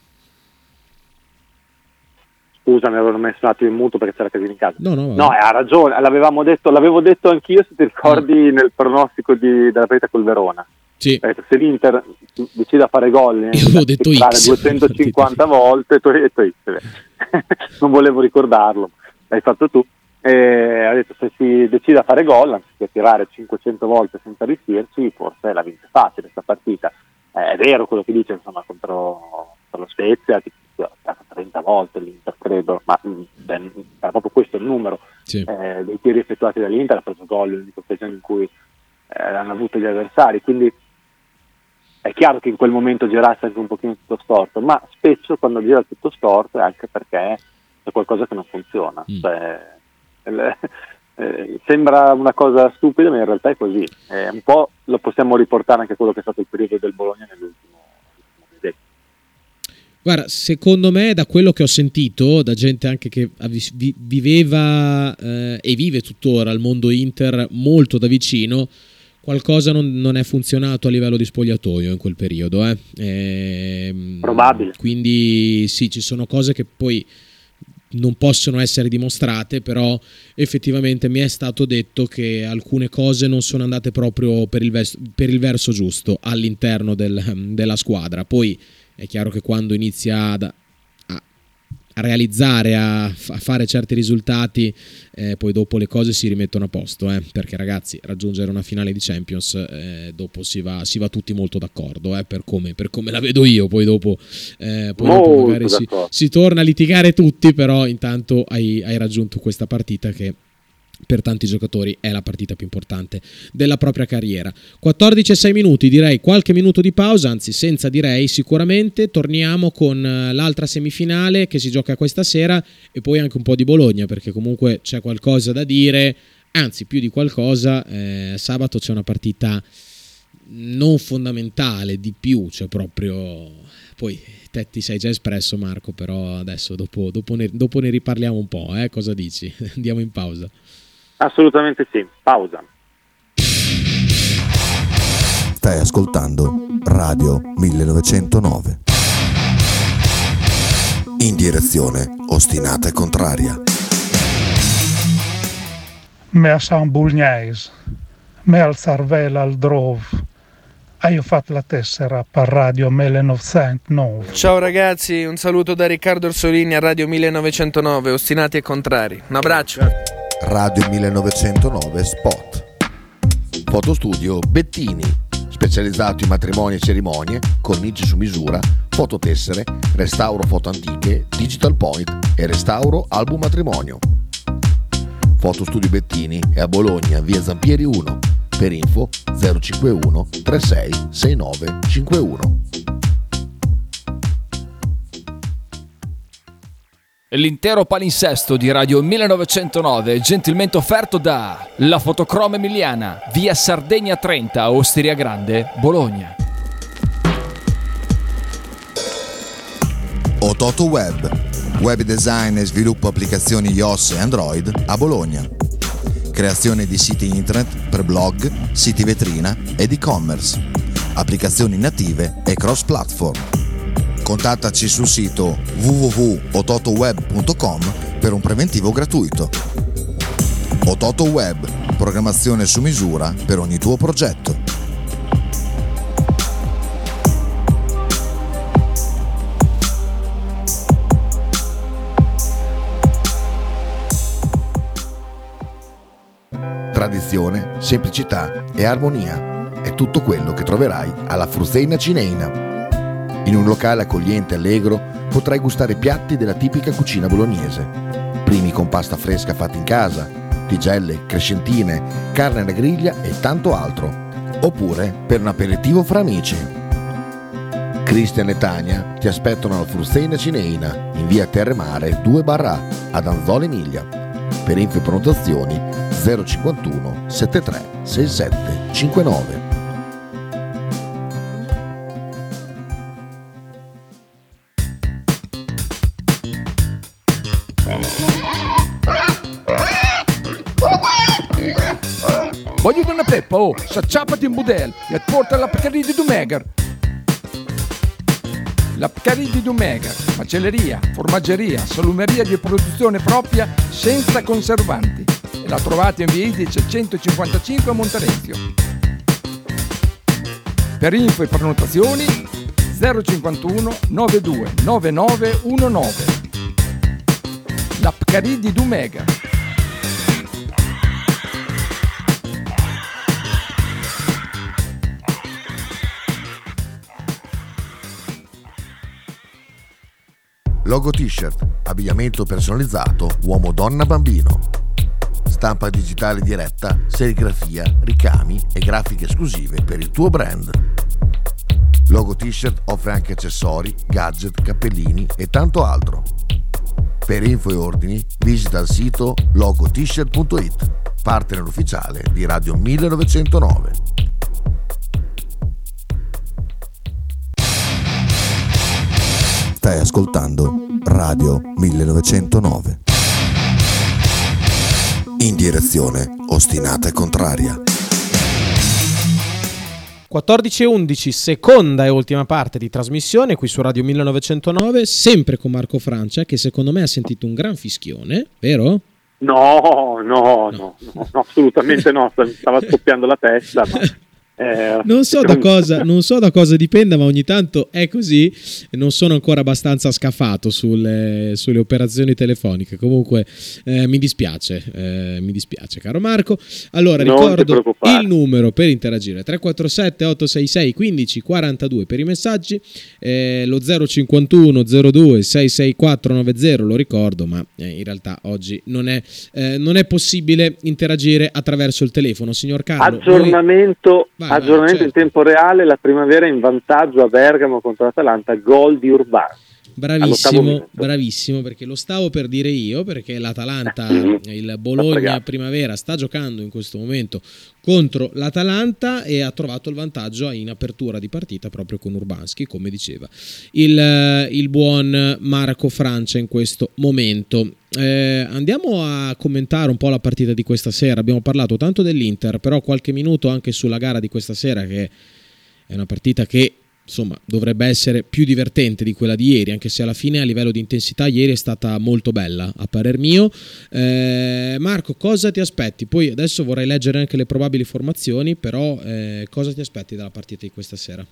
Scusa, mi avevo messo un attimo in muto perché c'era casino in casa. No, no, vabbè. No, ha ragione, l'avevamo detto, l'avevo detto anch'io, se ti ricordi, nel pronostico di, della partita col Verona. Sì. Eh, se l'Inter decide a fare gol, Io avevo detto X. duecentocinquanta volte, tu hai detto X. Non volevo ricordarlo, l'hai fatto tu. Eh, ha detto se si decide a fare gol, anziché tirare cinquecento volte senza riuscirci, forse la vince facile questa partita. Eh, è vero quello che dice, insomma, contro, contro lo Spezia, ha fatto trenta volte l'Inter, credo, ma beh, era proprio questo il numero. Sì. Eh, dei tiri effettuati dall'Inter, ha preso gol nell'unica occasione in cui eh, hanno avuto gli avversari, quindi è chiaro che in quel momento girasse anche un pochino tutto storto, ma spesso quando gira tutto storto è anche perché c'è qualcosa che non funziona. Mm. Cioè, eh, eh, sembra una cosa stupida, ma in realtà è così. Eh, un po' lo possiamo riportare anche a quello che è stato il periodo del Bologna nell'ultimo decennio. Guarda, secondo me, da quello che ho sentito, da gente anche che vi- viveva eh, e vive tuttora il mondo Inter molto da vicino, qualcosa non, non è funzionato a livello di spogliatoio in quel periodo. Eh. E, Probabile. Quindi sì, ci sono cose che poi non possono essere dimostrate, però effettivamente mi è stato detto che alcune cose non sono andate proprio per il, ves- per il verso giusto all'interno del, della squadra. Poi è chiaro che quando inizia ad, a, a realizzare, a, f- a fare certi risultati, eh, poi dopo le cose si rimettono a posto, eh, perché ragazzi, raggiungere una finale di Champions, eh, dopo si va, si va tutti molto d'accordo, eh, per, come, per come la vedo io, poi dopo, eh, poi dopo Molto magari si, d'accordo. si torna a litigare tutti, però intanto hai, hai raggiunto questa partita che per tanti giocatori è la partita più importante della propria carriera. quattordici e sei minuti, direi qualche minuto di pausa, anzi senza direi, sicuramente torniamo con l'altra semifinale che si gioca questa sera e poi anche un po' di Bologna, perché comunque c'è qualcosa da dire anzi più di qualcosa. Eh, sabato c'è una partita non fondamentale, di più, cioè proprio, poi te ti sei già espresso Marco, però adesso dopo, dopo, ne, dopo ne riparliamo un po', eh? Cosa dici? Andiamo in pausa? Assolutamente sì, pausa. Stai ascoltando Radio millenovecentonove. In direzione ostinata e contraria. Me a San Bulgnais, me al Sarvela al Drove. Io ho fatto la tessera per Radio millenovecentonove. Ciao ragazzi, un saluto da Riccardo Orsolini a Radio millenovecentonove, ostinati e contrari. Un abbraccio. Radio millenovecentonove Spot. Fotostudio Bettini, specializzato in matrimoni e cerimonie, cornici su misura, fototessere, restauro foto antiche, digital point e restauro album matrimonio. Fotostudio Bettini è a Bologna, via Zampieri uno. Per info zero cinquantuno trentasei sessantanove cinquantuno. L'intero palinsesto di Radio millenovecentonove è gentilmente offerto da La Fotocroma Emiliana, via Sardegna trenta, Osteria Grande, Bologna. Ototo Web, web design e sviluppo applicazioni iOS e Android a Bologna. Creazione di siti internet per blog, siti vetrina ed e-commerce, applicazioni native e cross-platform. Contattaci sul sito w w w punto ototoweb punto com per un preventivo gratuito. Ototo Web, programmazione su misura per ogni tuo progetto. Tradizione, semplicità e armonia è tutto quello che troverai alla Fruzeina Cineina. In un locale accogliente e allegro potrai gustare piatti della tipica cucina bolognese. Primi con pasta fresca fatta in casa, tigelle, crescentine, carne alla griglia e tanto altro. Oppure per un aperitivo fra amici. Cristian e Tania ti aspettano alla Fruzeina Cineina in via Terremare due barra A ad Anzola Emilia. Per info e prenotazioni zero cinquantuno settantatré sessantasette cinquantanove. Voglio una peppa, oh, s'acciappati in budel e porta la Pcaridi di Dumegar. La Pcaridi di Dumegar, macelleria, formaggeria, salumeria di produzione propria senza conservanti. E la trovate in via Idice centocinquantacinque a Monterezio. Per info e prenotazioni zero cinquantuno novantadue novantanove diciannove. La Pcaridi di Dumegar. Logo t-shirt, abbigliamento personalizzato uomo, donna, bambino. Stampa digitale diretta, serigrafia, ricami e grafiche esclusive per il tuo brand. Logo t-shirt offre anche accessori, gadget, cappellini e tanto altro. Per info e ordini visita il sito logo t shirt punto it, partner ufficiale di Radio millenovecentonove. Stai ascoltando Radio millenovecentonove. In direzione ostinata e contraria. quattordici e undici, seconda e ultima parte di trasmissione qui su Radio millenovecentonove, sempre con Marco Francia, che secondo me ha sentito un gran fischione, vero? No, no, no, no, no, assolutamente no, stava scoppiando la testa, ma... Eh, non so da cosa non so da cosa dipenda, ma ogni tanto è così e non sono ancora abbastanza scafato sulle, sulle operazioni telefoniche. Comunque eh, mi dispiace eh, mi dispiace caro Marco. Allora non ricordo il numero per interagire: tre quattro sette otto sei sei uno cinque quattro due per i messaggi, eh, lo zero cinquantuno zero due sei sei quattro nove zero lo ricordo, ma eh, in realtà oggi non è, eh, non è possibile interagire attraverso il telefono, signor Carlo. Aggiornamento Vai, Aggiornamento vai, certo. in tempo reale: la primavera in vantaggio a Bergamo contro l'Atalanta, gol di Urbano. Bravissimo, bravissimo, perché lo stavo per dire io, perché l'Atalanta, il Bologna Primavera sta giocando in questo momento contro l'Atalanta e ha trovato il vantaggio in apertura di partita proprio con Urbanski, come diceva il, il buon Marco Francia in questo momento. Eh, andiamo a commentare un po' la partita di questa sera. Abbiamo parlato tanto dell'Inter, però qualche minuto anche sulla gara di questa sera, che è una partita che insomma dovrebbe essere più divertente di quella di ieri, anche se alla fine a livello di intensità ieri è stata molto bella a parer mio. eh, Marco, cosa ti aspetti? Poi adesso vorrei leggere anche le probabili formazioni, però eh, cosa ti aspetti dalla partita di questa sera?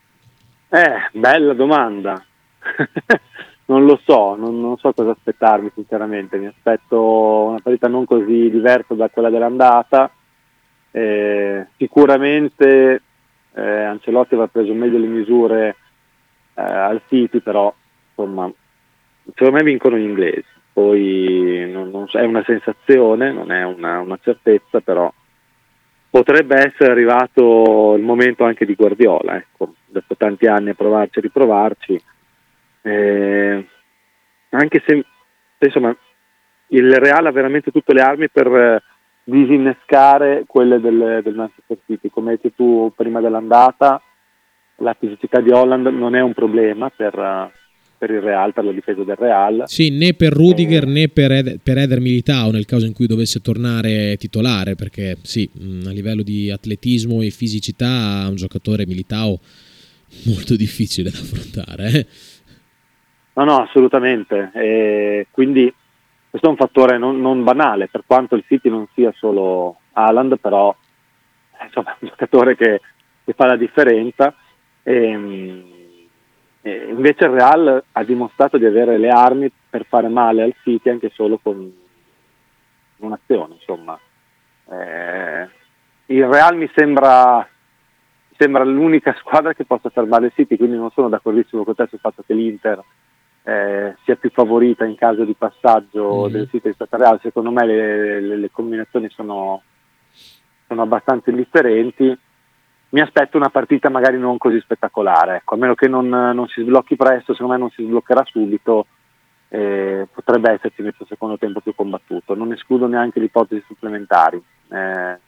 Eh, bella domanda. Non lo so, non, non so cosa aspettarmi sinceramente. Mi aspetto una partita non così diversa da quella dell'andata. Eh, sicuramente eh, Ancelotti aveva preso meglio le misure eh, al City, però insomma secondo me vincono gli inglesi. Poi non, non so, è una sensazione, non è una, una certezza, però potrebbe essere arrivato il momento anche di Guardiola, ecco, dopo tanti anni a provarci e riprovarci. Eh, anche se insomma il Real ha veramente tutte le armi per eh, disinnescare quelle del, del Manchester City. Come hai detto tu prima dell'andata, la fisicità di Haaland non è un problema per, uh, per il Real, per la difesa del Real. Sì, né per Rudiger eh, né per, Ed- per Eder Militao nel caso in cui dovesse tornare titolare, perché sì, mh, a livello di atletismo e fisicità un giocatore Militao molto difficile da affrontare, eh. No, no, assolutamente. E quindi questo è un fattore non, non banale, per quanto il City non sia solo Haaland, però insomma, è un giocatore che, che fa la differenza. E, e invece il Real ha dimostrato di avere le armi per fare male al City anche solo con un'azione. Insomma, eh, il Real mi sembra, mi sembra l'unica squadra che possa fermare il City, quindi non sono d'accordissimo con te sul fatto che l'Inter Eh, sia più favorita in caso di passaggio mm-hmm. del City rispetto al Real. Secondo me le, le, le combinazioni sono, sono abbastanza indifferenti. Mi aspetto una partita magari non così spettacolare, ecco, a meno che non, non si sblocchi presto. Secondo me non si sbloccherà subito, eh, potrebbe esserci invece un secondo tempo più combattuto. Non escludo neanche le ipotesi supplementari. eh,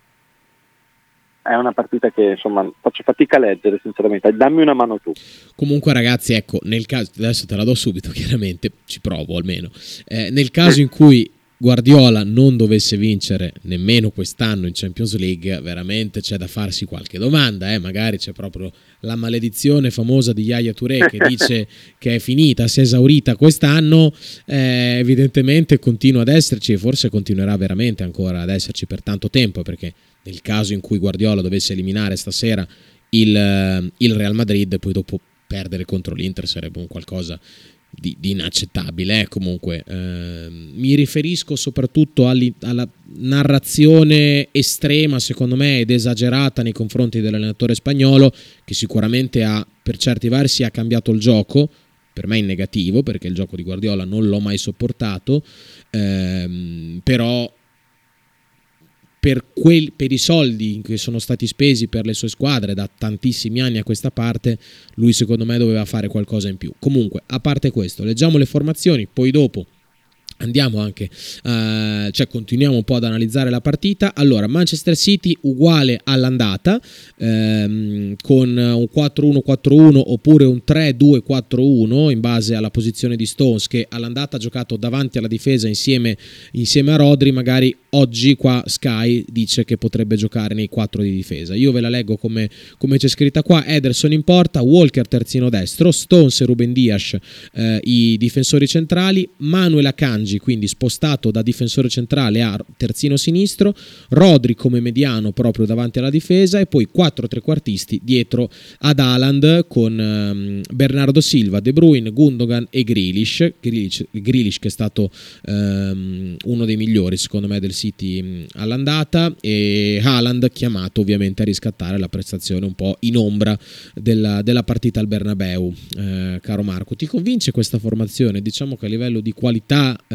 È una partita che insomma faccio fatica a leggere sinceramente, dammi una mano tu. Comunque ragazzi, ecco, nel caso, adesso te la do subito chiaramente, ci provo almeno, eh, nel caso in cui Guardiola non dovesse vincere nemmeno quest'anno in Champions League, veramente c'è da farsi qualche domanda, eh? Magari c'è proprio la maledizione famosa di Yaya Touré che dice che è finita, si è esaurita quest'anno, eh, evidentemente continua ad esserci e forse continuerà veramente ancora ad esserci per tanto tempo, perché nel caso in cui Guardiola dovesse eliminare stasera il, il Real Madrid, poi dopo perdere contro l'Inter sarebbe un qualcosa di, di inaccettabile. Eh, comunque eh, mi riferisco soprattutto alli, alla narrazione estrema, secondo me, ed esagerata nei confronti dell'allenatore spagnolo, che sicuramente ha, per certi versi, ha cambiato il gioco, per me in negativo, perché il gioco di Guardiola non l'ho mai sopportato, ehm, però Per, quel, per i soldi che sono stati spesi per le sue squadre da tantissimi anni a questa parte, lui secondo me doveva fare qualcosa in più. Comunque, a parte questo, leggiamo le formazioni, poi dopo andiamo anche, uh, cioè continuiamo un po' ad analizzare la partita. Allora, Manchester City uguale all'andata, ehm, con un quattro uno quattro uno oppure un tre due quattro uno in base alla posizione di Stones, che all'andata ha giocato davanti alla difesa insieme, insieme a Rodri. Magari oggi qua Sky dice che potrebbe giocare nei quattro di difesa. Io ve la leggo come, come c'è scritta qua: Ederson in porta, Walker terzino destro, Stones e Ruben Dias eh, i difensori centrali, Manuel Akanji quindi spostato da difensore centrale a terzino sinistro, Rodri come mediano proprio davanti alla difesa, e poi quattro trequartisti dietro ad Haaland con um, Bernardo Silva, De Bruyne, Gundogan e Grealish. Grealish, Grealish che è stato um, uno dei migliori secondo me del City um, all'andata, e Haaland chiamato ovviamente a riscattare la prestazione un po' in ombra della, della partita al Bernabeu. Eh, caro Marco, ti convince questa formazione? Diciamo che a livello di qualità eh,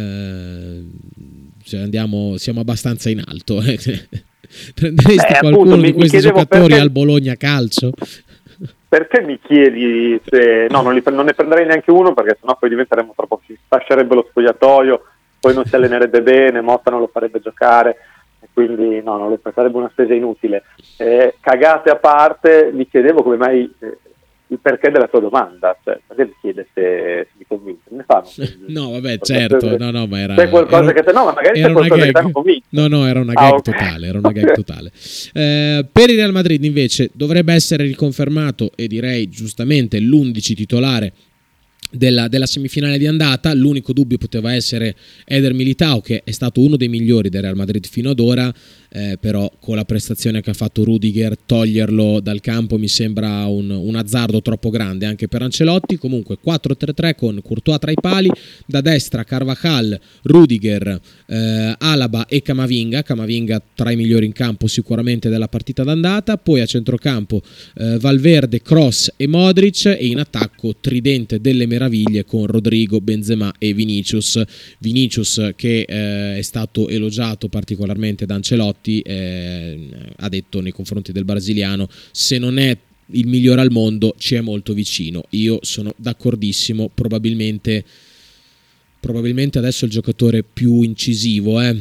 cioè andiamo, siamo abbastanza in alto. Prenderesti Beh, qualcuno appunto, di mi, questi mi giocatori perché... al Bologna Calcio? perché mi chiedi se... No, non, li, non ne prenderei neanche uno, perché sennò poi diventeremo troppo... si sfascerebbe lo spogliatoio, poi non si allenerebbe bene, Motta non lo farebbe giocare, e quindi no, non lo sarebbe una spesa inutile. Eh, cagate a parte, mi chiedevo come mai... Eh, il perché della tua domanda, cioè perché ti chiede se mi convince, ne fanno? No, vabbè, certo, no, no, ma era c'è qualcosa era, che te, no, ma magari c'è qualcosa che ti hanno convinto. No, no, era una ah, gag okay. totale, era una gag totale. Eh, per il Real Madrid invece dovrebbe essere riconfermato, e direi giustamente, l'undici titolare Della, della semifinale di andata. L'unico dubbio poteva essere Eder Militao, che è stato uno dei migliori del Real Madrid fino ad ora, eh, però con la prestazione che ha fatto Rudiger toglierlo dal campo mi sembra un, un azzardo troppo grande anche per Ancelotti. Comunque quattro tre tre con Courtois tra i pali, da destra Carvajal, Rudiger, eh, Alaba e Camavinga Camavinga tra i migliori in campo sicuramente della partita d'andata, poi a centrocampo eh, Valverde, Kroos e Modric, e in attacco tridente delle meraviglie con Rodrigo, Benzema e Vinicius Vinicius che eh, è stato elogiato particolarmente da Ancelotti, eh, ha detto nei confronti del brasiliano: se non è il migliore al mondo ci è molto vicino. Io sono d'accordissimo, probabilmente probabilmente adesso è il giocatore più incisivo, eh?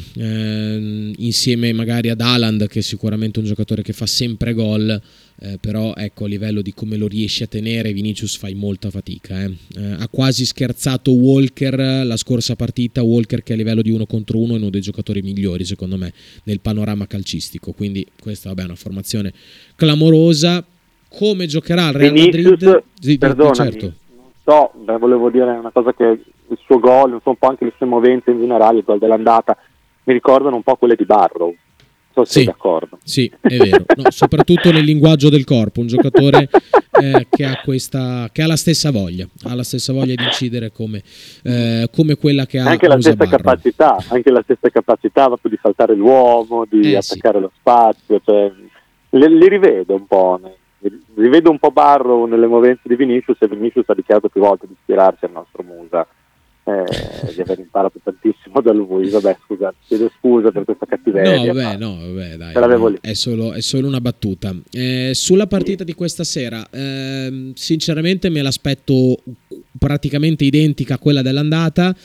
Eh, insieme magari ad Haaland, che è sicuramente un giocatore che fa sempre gol, eh, però ecco, a livello di come lo riesce a tenere Vinicius fai molta fatica, eh? Eh, ha quasi scherzato Walker la scorsa partita, Walker che a livello di uno contro uno è uno dei giocatori migliori secondo me nel panorama calcistico, quindi questa vabbè, è una formazione clamorosa. Come giocherà il Real Vinicius, Madrid? Sì, perdonami, certo. non so, beh, volevo dire una cosa, che il suo gol, non so, un po' anche le sue movenze in generale, il gol dell'andata, mi ricordano un po' quelle di Barrow. Non so se sì, sei d'accordo. Sì, è vero. No, soprattutto nel linguaggio del corpo, un giocatore eh, che ha questa, che ha la stessa voglia, ha la stessa voglia di incidere come, eh, come quella che ha anche la stessa Barrow. capacità, anche la stessa capacità proprio di saltare l'uomo, di Eh, attaccare sì. lo spazio, cioè, li, li rivedo un po'. Ne. Rivedo un po' Barrow nelle movenze di Vinicius, e Vinicius ha dichiarato più volte di ispirarsi al nostro Musa, eh, di aver imparato tantissimo da lui. Vabbè, scusa, chiedo scusa per questa cattiveria. No, vabbè, no, vabbè, dai, ce l'avevo lì. È solo, è solo una battuta. Eh, sulla partita di questa sera, ehm, sinceramente me l'aspetto praticamente identica a quella dell'andata.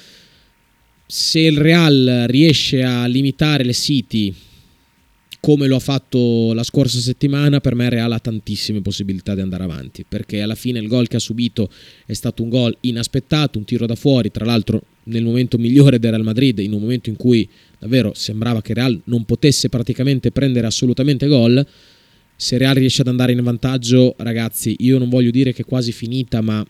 Se il Real riesce a limitare le City come lo ha fatto la scorsa settimana, per me il Real ha tantissime possibilità di andare avanti, perché alla fine il gol che ha subito è stato un gol inaspettato, un tiro da fuori, tra l'altro nel momento migliore del Real Madrid, in un momento in cui davvero sembrava che il Real non potesse praticamente prendere assolutamente gol. Se il Real riesce ad andare in vantaggio, ragazzi, io non voglio dire che è quasi finita, ma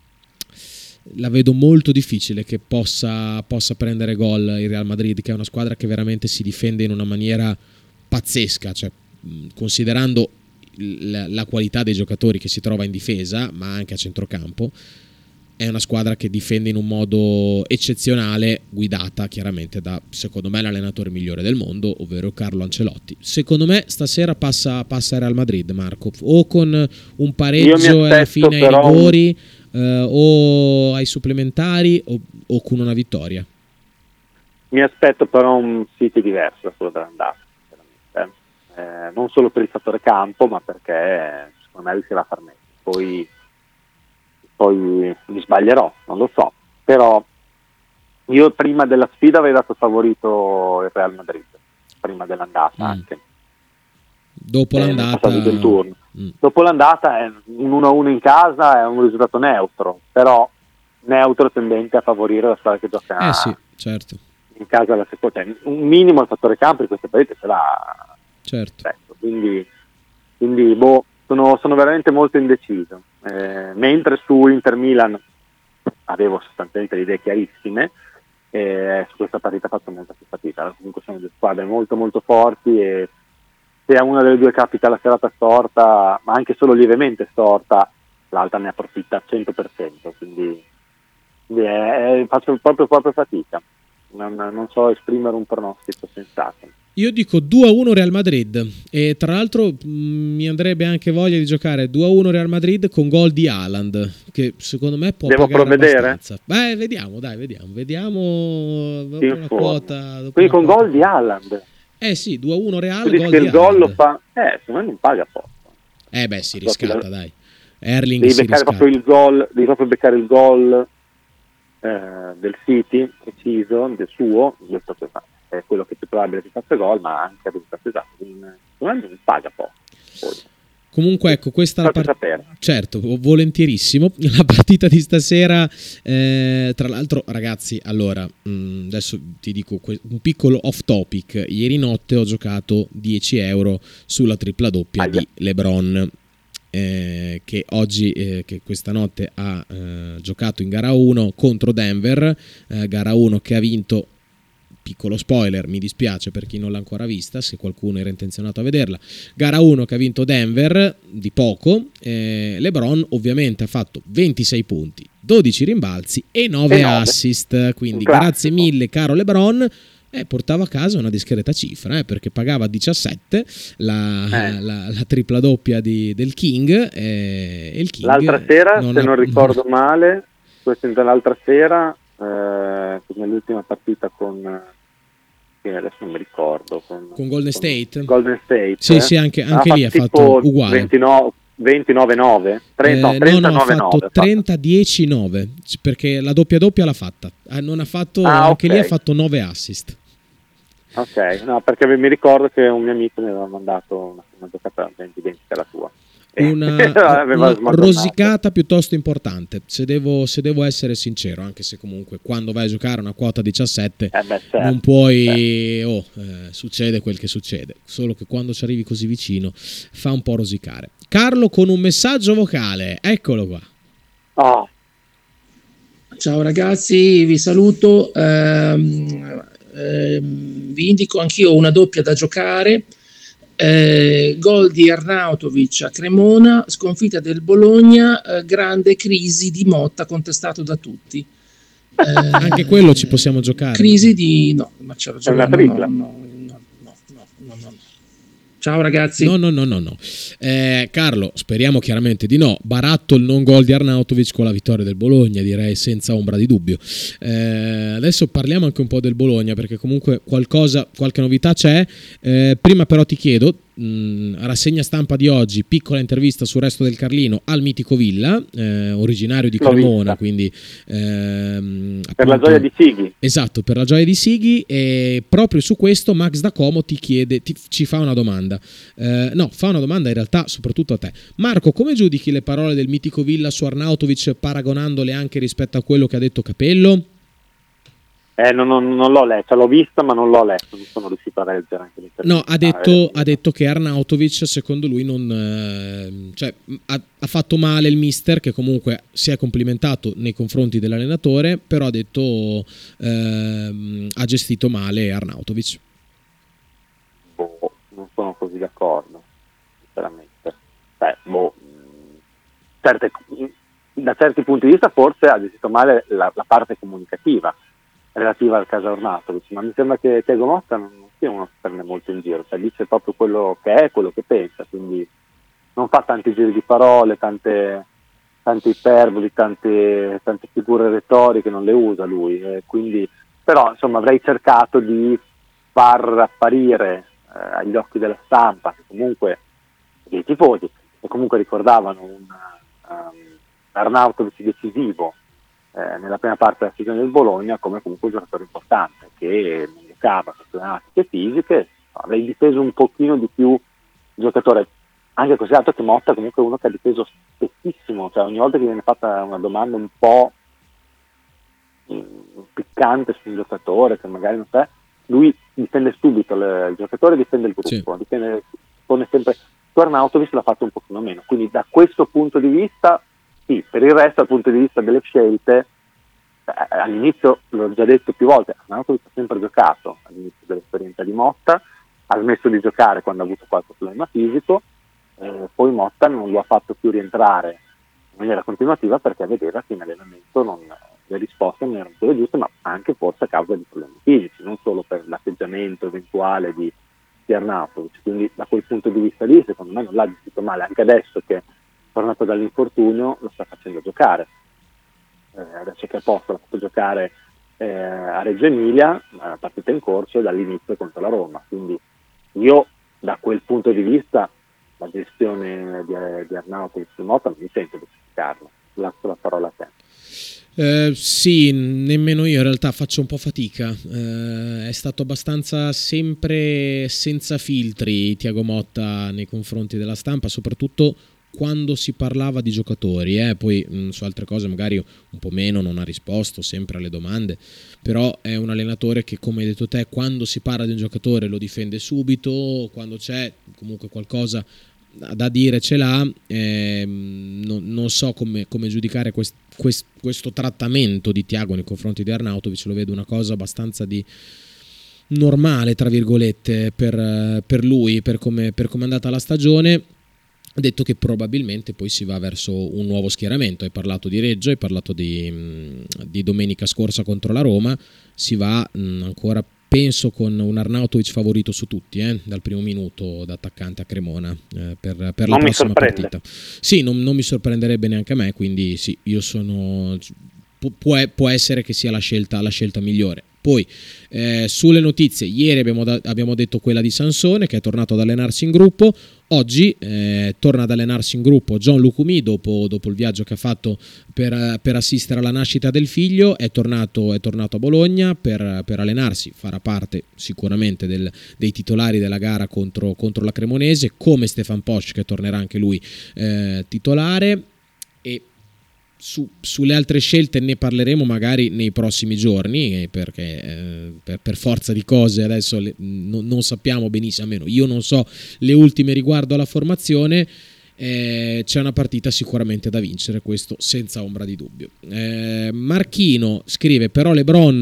la vedo molto difficile che possa, possa prendere gol il Real Madrid, che è una squadra che veramente si difende in una maniera pazzesca, cioè, considerando la, la qualità dei giocatori che si trova in difesa, ma anche a centrocampo, è una squadra che difende in un modo eccezionale, guidata chiaramente da, secondo me, l'allenatore migliore del mondo, ovvero Carlo Ancelotti. Secondo me stasera passa, passa Real Madrid, Marco, o con un pareggio alla fine ai rigori, eh, o ai supplementari, o, o con una vittoria. Mi aspetto però un City diverso da quello dell'andata. Eh, non solo per il fattore campo, ma perché secondo me riuscirà a far meglio. Poi, poi mi sbaglierò, non lo so, però io prima della sfida avevo dato favorito il Real Madrid, prima dell'andata mm. anche. Dopo eh, l'andata del turno. Mm. Dopo l'andata è un uno a uno in casa, è un risultato neutro, però neutro tendente a favorire la squadra che gioca eh sì, certo. in casa alla seconda. Un minimo il fattore campo in queste partite ce l'ha. Certo. Ecco, quindi, quindi boh, sono, sono veramente molto indeciso. Eh, mentre su Inter Milan avevo sostanzialmente le idee chiarissime, eh, su questa partita ho fatto molta più fatica. Comunque sono due squadre molto molto forti, e se a una delle due capita la serata storta, ma anche solo lievemente storta, l'altra ne approfitta al cento per cento. Quindi, quindi è, è, faccio proprio, proprio fatica. Non, non so esprimere un pronostico sensato. Io dico due a uno Real Madrid, e tra l'altro mh, mi andrebbe anche voglia di giocare due a uno Real Madrid con gol di Haaland, che secondo me può Devo pagare provvedere? abbastanza. Beh, vediamo, dai, vediamo, vediamo dopo Sì, una quota, dopo quindi una con quota. gol di Haaland. Eh sì, due a uno Real, Tu dici gol che di il gol lo Haaland. fa, eh, secondo me non paga poco. Eh beh, si riscatta, dai. Erling devi si beccare riscatta. proprio il gol, devi proprio beccare il gol eh, del City preciso, del suo, detto che fa, è quello che è più probabile che faccia gol, ma anche a risultato esatto, non, non paga poco. Poi. Comunque ecco, questa è la Fate partita. sapere. Certo, volentierissimo. La partita di stasera, eh, tra l'altro, ragazzi, allora, mh, adesso ti dico que- un piccolo off topic. Ieri notte ho giocato dieci euro sulla tripla doppia Aia. di LeBron, eh, che oggi, eh, che questa notte ha eh, giocato in gara uno contro Denver, eh, gara uno che ha vinto. Piccolo spoiler, mi dispiace per chi non l'ha ancora vista, se qualcuno era intenzionato a vederla. Gara uno che ha vinto Denver, di poco. eh, LeBron ovviamente ha fatto ventisei punti, dodici rimbalzi e nove E nove. assist, quindi Un classico. grazie mille caro LeBron. Eh, portava a casa una discreta cifra, eh, perché pagava diciassette la, Eh. la, la tripla doppia di, del King, eh, e il King L'altra sera, non se ha- non ricordo male, questa l'altra sera, eh, nell'ultima partita con, che adesso non mi ricordo, con, con Golden State. Golden State, Sì, sì, anche- ha anche lì ha tipo fatto uguale. ventinove ventinove nove, trenta, Eh, no, no, no, ha trentanove fatto nove, trenta dieci nove, perché la doppia doppia l'ha fatta. Ah, non ha fatto, Ah, anche ok. lì ha fatto nove assist. Ok, no, perché mi ricordo che un mio amico mi aveva mandato una, una giocata identica alla tua. E Una, aveva una smadonnato. rosicata piuttosto importante, se devo, se devo essere sincero, anche se comunque quando vai a giocare una quota diciassette Eh beh, certo, non puoi, oh, eh, succede quel che succede, solo che quando ci arrivi così vicino fa un po' rosicare. Carlo con un messaggio vocale, eccolo qua. Oh, Ciao ragazzi, vi saluto. Ehm, ehm, vi indico anch'io una doppia da giocare. Eh, gol di Arnautovic a Cremona, sconfitta del Bologna, eh, grande crisi di Motta contestato da tutti. Eh, Anche quello ci possiamo giocare. Crisi di... no, ma c'è ragione. una no, tripla. no, no, no, no, no, no, no. Ciao ragazzi. No, no, no, no, no. Eh, Carlo, speriamo chiaramente di no. Baratto il non gol di Arnautovic con la vittoria del Bologna, direi senza ombra di dubbio. Eh, adesso parliamo anche un po' del Bologna, perché comunque qualcosa, qualche novità c'è. Eh, prima però ti chiedo, mh, rassegna stampa di oggi, piccola intervista sul Resto del Carlino al mitico Villa, eh, originario di L'ho Cremona, vista. quindi ehm, per la appunto- gioia di Sighi. Esatto, per la gioia di Sighi, e proprio su questo Max da Como ti chiede, ti- ci fa una domanda. Eh, no, fa una domanda in realtà soprattutto a te. Marco, come giudichi le parole del mitico Villa su Arnautovic, paragonandole anche rispetto a quello che ha detto Capello? Eh, non, non, non l'ho letta, l'ho vista ma non l'ho letto, non sono riuscito a leggere anche l'intervista. No, ha detto, Eh, ha detto che Arnautovic secondo lui non, eh, cioè, ha, ha fatto male il mister, che comunque si è complimentato nei confronti dell'allenatore, però ha detto ehm, ha gestito male Arnautovic. boh, non sono così d'accordo, sinceramente. Beh, boh, mh, certe- da certi punti di vista forse ha gestito male la, la parte comunicativa relativa al caso Arnautovic, ma mi sembra che Thiago Motta non non sia uno che prende molto in giro, cioè dice proprio quello che è, quello che pensa, quindi non fa tanti giri di parole, tante, tante iperboli, tante, tante figure retoriche, non le usa lui, eh, quindi, però insomma avrei cercato di far apparire eh, agli occhi della stampa, che comunque dei tifosi, che comunque ricordavano un um, Arnautovic decisivo eh, nella prima parte della stagione del Bologna, come comunque un giocatore importante che non giocava con problematiche fisiche. Avrei difeso un pochino di più il giocatore, anche considerato che Motta comunque è uno che ha difeso spessissimo, cioè ogni volta che viene fatta una domanda un po' mh, piccante su un giocatore che magari non sa, lui difende subito le, il giocatore, difende il gruppo, Sì. difende, pone sempre. Su Arnautovic l'ha fatto un pochino meno, quindi da questo punto di vista sì. Per il resto, dal punto di vista delle scelte, eh, all'inizio l'ho già detto più volte, Arnautovic ha sempre giocato all'inizio dell'esperienza di Motta, ha smesso di giocare quando ha avuto qualche problema fisico, eh, poi Motta non lo ha fatto più rientrare in maniera continuativa perché vedeva che in allenamento non, le risposte non erano quelle giuste, ma anche forse a causa di problemi fisici, non solo per l'atteggiamento eventuale di, di Arnautovic. Quindi da quel punto di vista lì secondo me non l'ha gestito male, anche adesso che è tornato dall'infortunio lo sta facendo giocare, eh, adesso che è a posto l'ha fatto giocare eh, a Reggio Emilia, la partita in corso dall'inizio contro la Roma, quindi io da quel punto di vista la gestione di, di Arnautovic sul Mota non mi sento di criticarlo. Lascio la parola a te. Eh, sì, nemmeno io in realtà faccio un po' fatica. Eh, è stato abbastanza sempre senza filtri Thiago Motta nei confronti della stampa, soprattutto quando si parlava di giocatori, eh. Poi mh, su altre cose magari un po' meno, non ha risposto sempre alle domande, però è un allenatore che, come hai detto te, quando si parla di un giocatore lo difende subito, quando c'è comunque qualcosa da dire ce l'ha. eh, non, non so come, come giudicare quest, quest, questo trattamento di Thiago nei confronti di Arnautovic, lo vedo una cosa abbastanza di normale tra virgolette per, per lui, per come, per come è andata la stagione. Ha detto che probabilmente poi si va verso un nuovo schieramento. Hai parlato di Reggio, hai parlato di, di domenica scorsa contro la Roma, si va mh, ancora penso con un Arnautovic favorito su tutti, eh, dal primo minuto da attaccante a Cremona, eh, per, per la prossima partita. Sì, non, non mi sorprenderebbe neanche a me, quindi sì, io sono può, può essere che sia la scelta, la scelta migliore. Poi eh, sulle notizie, ieri abbiamo, da, abbiamo detto quella di Sansone che è tornato ad allenarsi in gruppo. Oggi eh, torna ad allenarsi in gruppo John Lucumi dopo, dopo il viaggio che ha fatto per, per assistere alla nascita del figlio. È tornato, è tornato a Bologna per, per allenarsi, farà parte sicuramente del, dei titolari della gara contro, contro la Cremonese, come Stefan Posch, che tornerà anche lui eh, titolare. E Su, sulle altre scelte ne parleremo magari nei prossimi giorni, perché eh, per, per forza di cose adesso le, no, non sappiamo benissimo, almeno io non so le ultime riguardo alla formazione. Eh, c'è una partita sicuramente da vincere, questo senza ombra di dubbio. eh, Marchino scrive però LeBron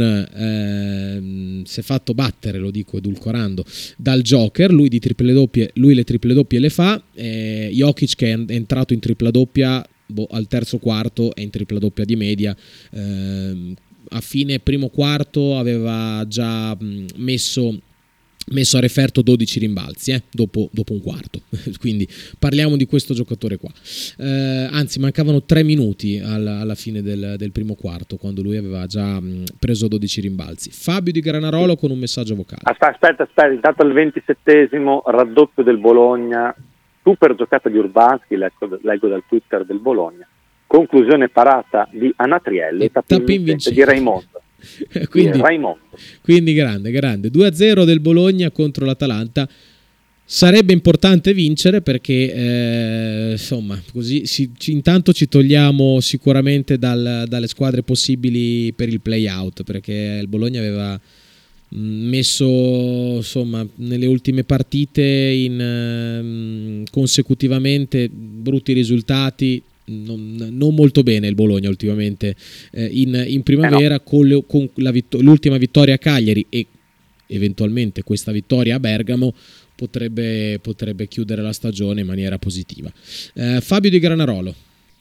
eh, si è fatto battere, lo dico edulcorando, dal Joker. Lui di triple doppie, lui le triple doppie le fa. eh, Jokic, che è entrato in tripla doppia Boh, al terzo quarto, è in tripla doppia di media. eh, a fine primo quarto aveva già mh, messo messo a referto dodici rimbalzi eh, dopo, dopo un quarto quindi parliamo di questo giocatore qua. eh, anzi mancavano tre minuti alla, alla fine del, del primo quarto, quando lui aveva già mh, preso dodici rimbalzi. Fabio di Granarolo con un messaggio vocale. Aspetta, aspetta, aspetta intanto al ventisettesimo raddoppio del Bologna, super giocata di Urbanski, leggo, leggo dal Twitter del Bologna, conclusione parata di Anatrielli, tappi di Raimondo. quindi, di Raimondo. Quindi grande, grande due a zero del Bologna contro l'Atalanta. Sarebbe importante vincere perché eh, insomma così si, ci, intanto ci togliamo sicuramente dal, dalle squadre possibili per il play out, perché il Bologna aveva messo insomma nelle ultime partite in um, consecutivamente brutti risultati, non, non molto bene il Bologna ultimamente eh, in, in primavera. eh no. con, le, con la vittor- l'ultima vittoria a Cagliari e eventualmente questa vittoria a Bergamo potrebbe, potrebbe chiudere la stagione in maniera positiva. eh, Fabio di Granarolo.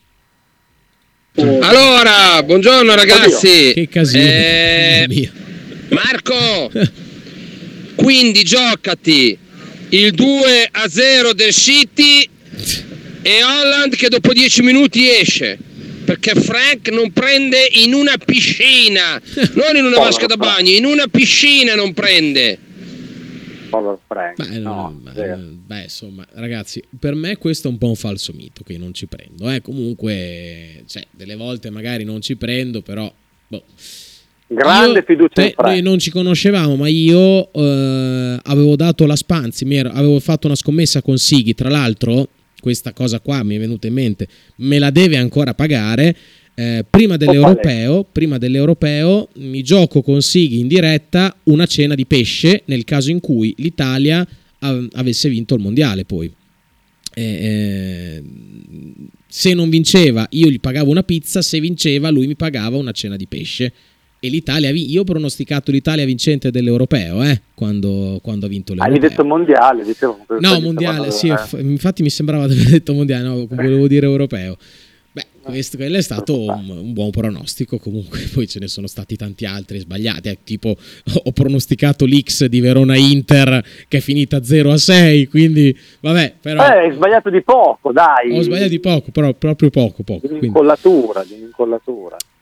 Allora, buongiorno ragazzi. Oddio. Che casino. eh... Marco, quindi giocati il due a zero del City e Holland che dopo dieci minuti esce, perché Frank non prende in una piscina, non in una vasca da bagno, in una piscina non prende. Frank. Beh, no, beh, beh, insomma, ragazzi, per me questo è un po' un falso mito che non ci prendo. Eh. Comunque, cioè, delle volte magari non ci prendo, però boh. Grande io, fiducia te, in Frank. Noi non ci conoscevamo, ma io eh, avevo dato la Spanzi, mi ero, avevo fatto una scommessa con Sighi, tra l'altro questa cosa qua mi è venuta in mente, me la deve ancora pagare. Eh, prima dell'europeo, prima dell'europeo mi gioco con Sighi in diretta una cena di pesce nel caso in cui l'Italia av- avesse vinto il mondiale. Poi eh, eh, se non vinceva io gli pagavo una pizza, se vinceva lui mi pagava una cena di pesce. E l'Italia, io ho pronosticato l'Italia vincente dell'europeo, eh, quando, quando ha vinto l'europeo. Hai detto mondiale, dicevo. No, mondiale, sì, f- infatti mi sembrava di aver detto mondiale, no, volevo dire europeo. Beh, questo quello è stato un, un buon pronostico, comunque poi ce ne sono stati tanti altri sbagliati, eh, tipo ho pronosticato l'X di Verona-Inter che è finita zero a sei, quindi vabbè, però... Eh, hai sbagliato di poco, dai. Ho sbagliato di poco, però proprio poco, poco. Di incollatura, quindi. di incollatura.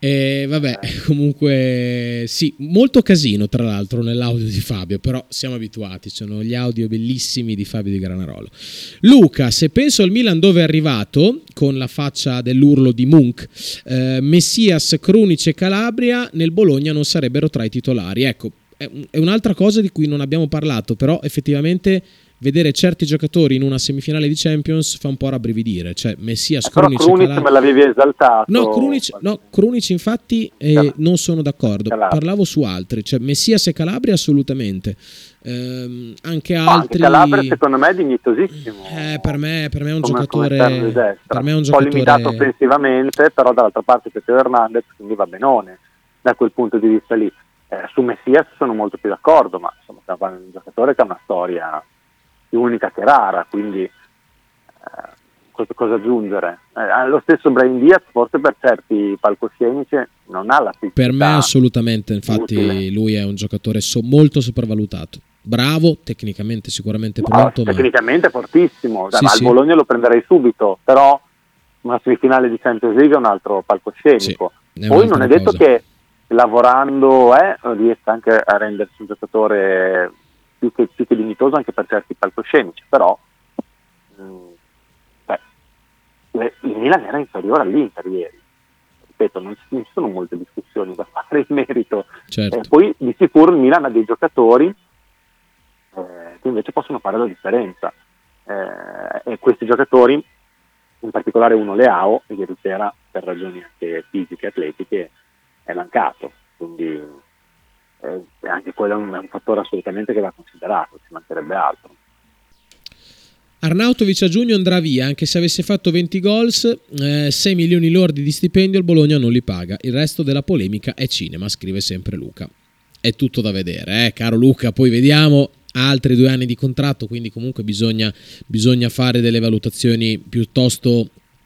E vabbè, comunque sì, molto casino tra l'altro nell'audio di Fabio, però siamo abituati, sono gli audio bellissimi di Fabio di Granarolo. Luca, se penso al Milan dove è arrivato, con la faccia dell'urlo di Munch, eh, Messias, Krunic e Calabria, nel Bologna non sarebbero tra i titolari. Ecco, è, è un'altra cosa di cui non abbiamo parlato, però effettivamente vedere certi giocatori in una semifinale di Champions fa un po' rabbrividire, cioè Messias, eh, però Krunic, Krunic Calabria... me l'avevi esaltato. No, Krunic, no, Krunic infatti eh, Cal- non sono d'accordo, Calabria. Parlavo su altri, cioè Messias e Calabria assolutamente, ehm, anche Ma altri... anche Calabria secondo me è dignitosissimo. Eh, per me, per me è un come, giocatore come per me è un, un giocatore... po' limitato offensivamente, però dall'altra parte c'è Teo Hernandez, quindi va benone da quel punto di vista lì. Eh, su Messias sono molto più d'accordo, ma insomma stiamo parlando di un giocatore che ha una storia più unica che rara, quindi eh, cosa, cosa aggiungere? Eh, lo stesso Brahim Diaz forse per certi palcoscenici non ha la fisicità. Per me assolutamente, infatti utile. Lui è un giocatore so- molto sopravvalutato, bravo, tecnicamente sicuramente pronto. No, tecnicamente ma... fortissimo, sì, ma sì. al Bologna lo prenderei subito, però una semifinale di Champions League è un altro palcoscenico. Sì, poi non è detto cosa. che lavorando eh, riesca anche a rendersi un giocatore più che, più che dignitoso anche per certi palcoscenici, però mh, beh, le, il Milan era inferiore all'Inter ieri, ripeto, non ci, non ci sono molte discussioni da fare in merito. Certo. Eh, poi di sicuro il Milan ha dei giocatori eh, che invece possono fare la differenza, eh, e questi giocatori, in particolare uno Leao, ieri sera per ragioni anche fisiche e atletiche è mancato, quindi eh, anche quello è un, è un fattore assolutamente che va considerato, ci mancherebbe altro. Arnautovic a giugno andrà via, anche se avesse fatto venti gols, eh, sei milioni lordi di stipendio il Bologna non li paga, il resto della polemica è cinema, scrive sempre Luca. È tutto da vedere, eh, caro Luca, poi vediamo, ha altri due anni di contratto, quindi comunque bisogna, bisogna fare delle valutazioni piuttosto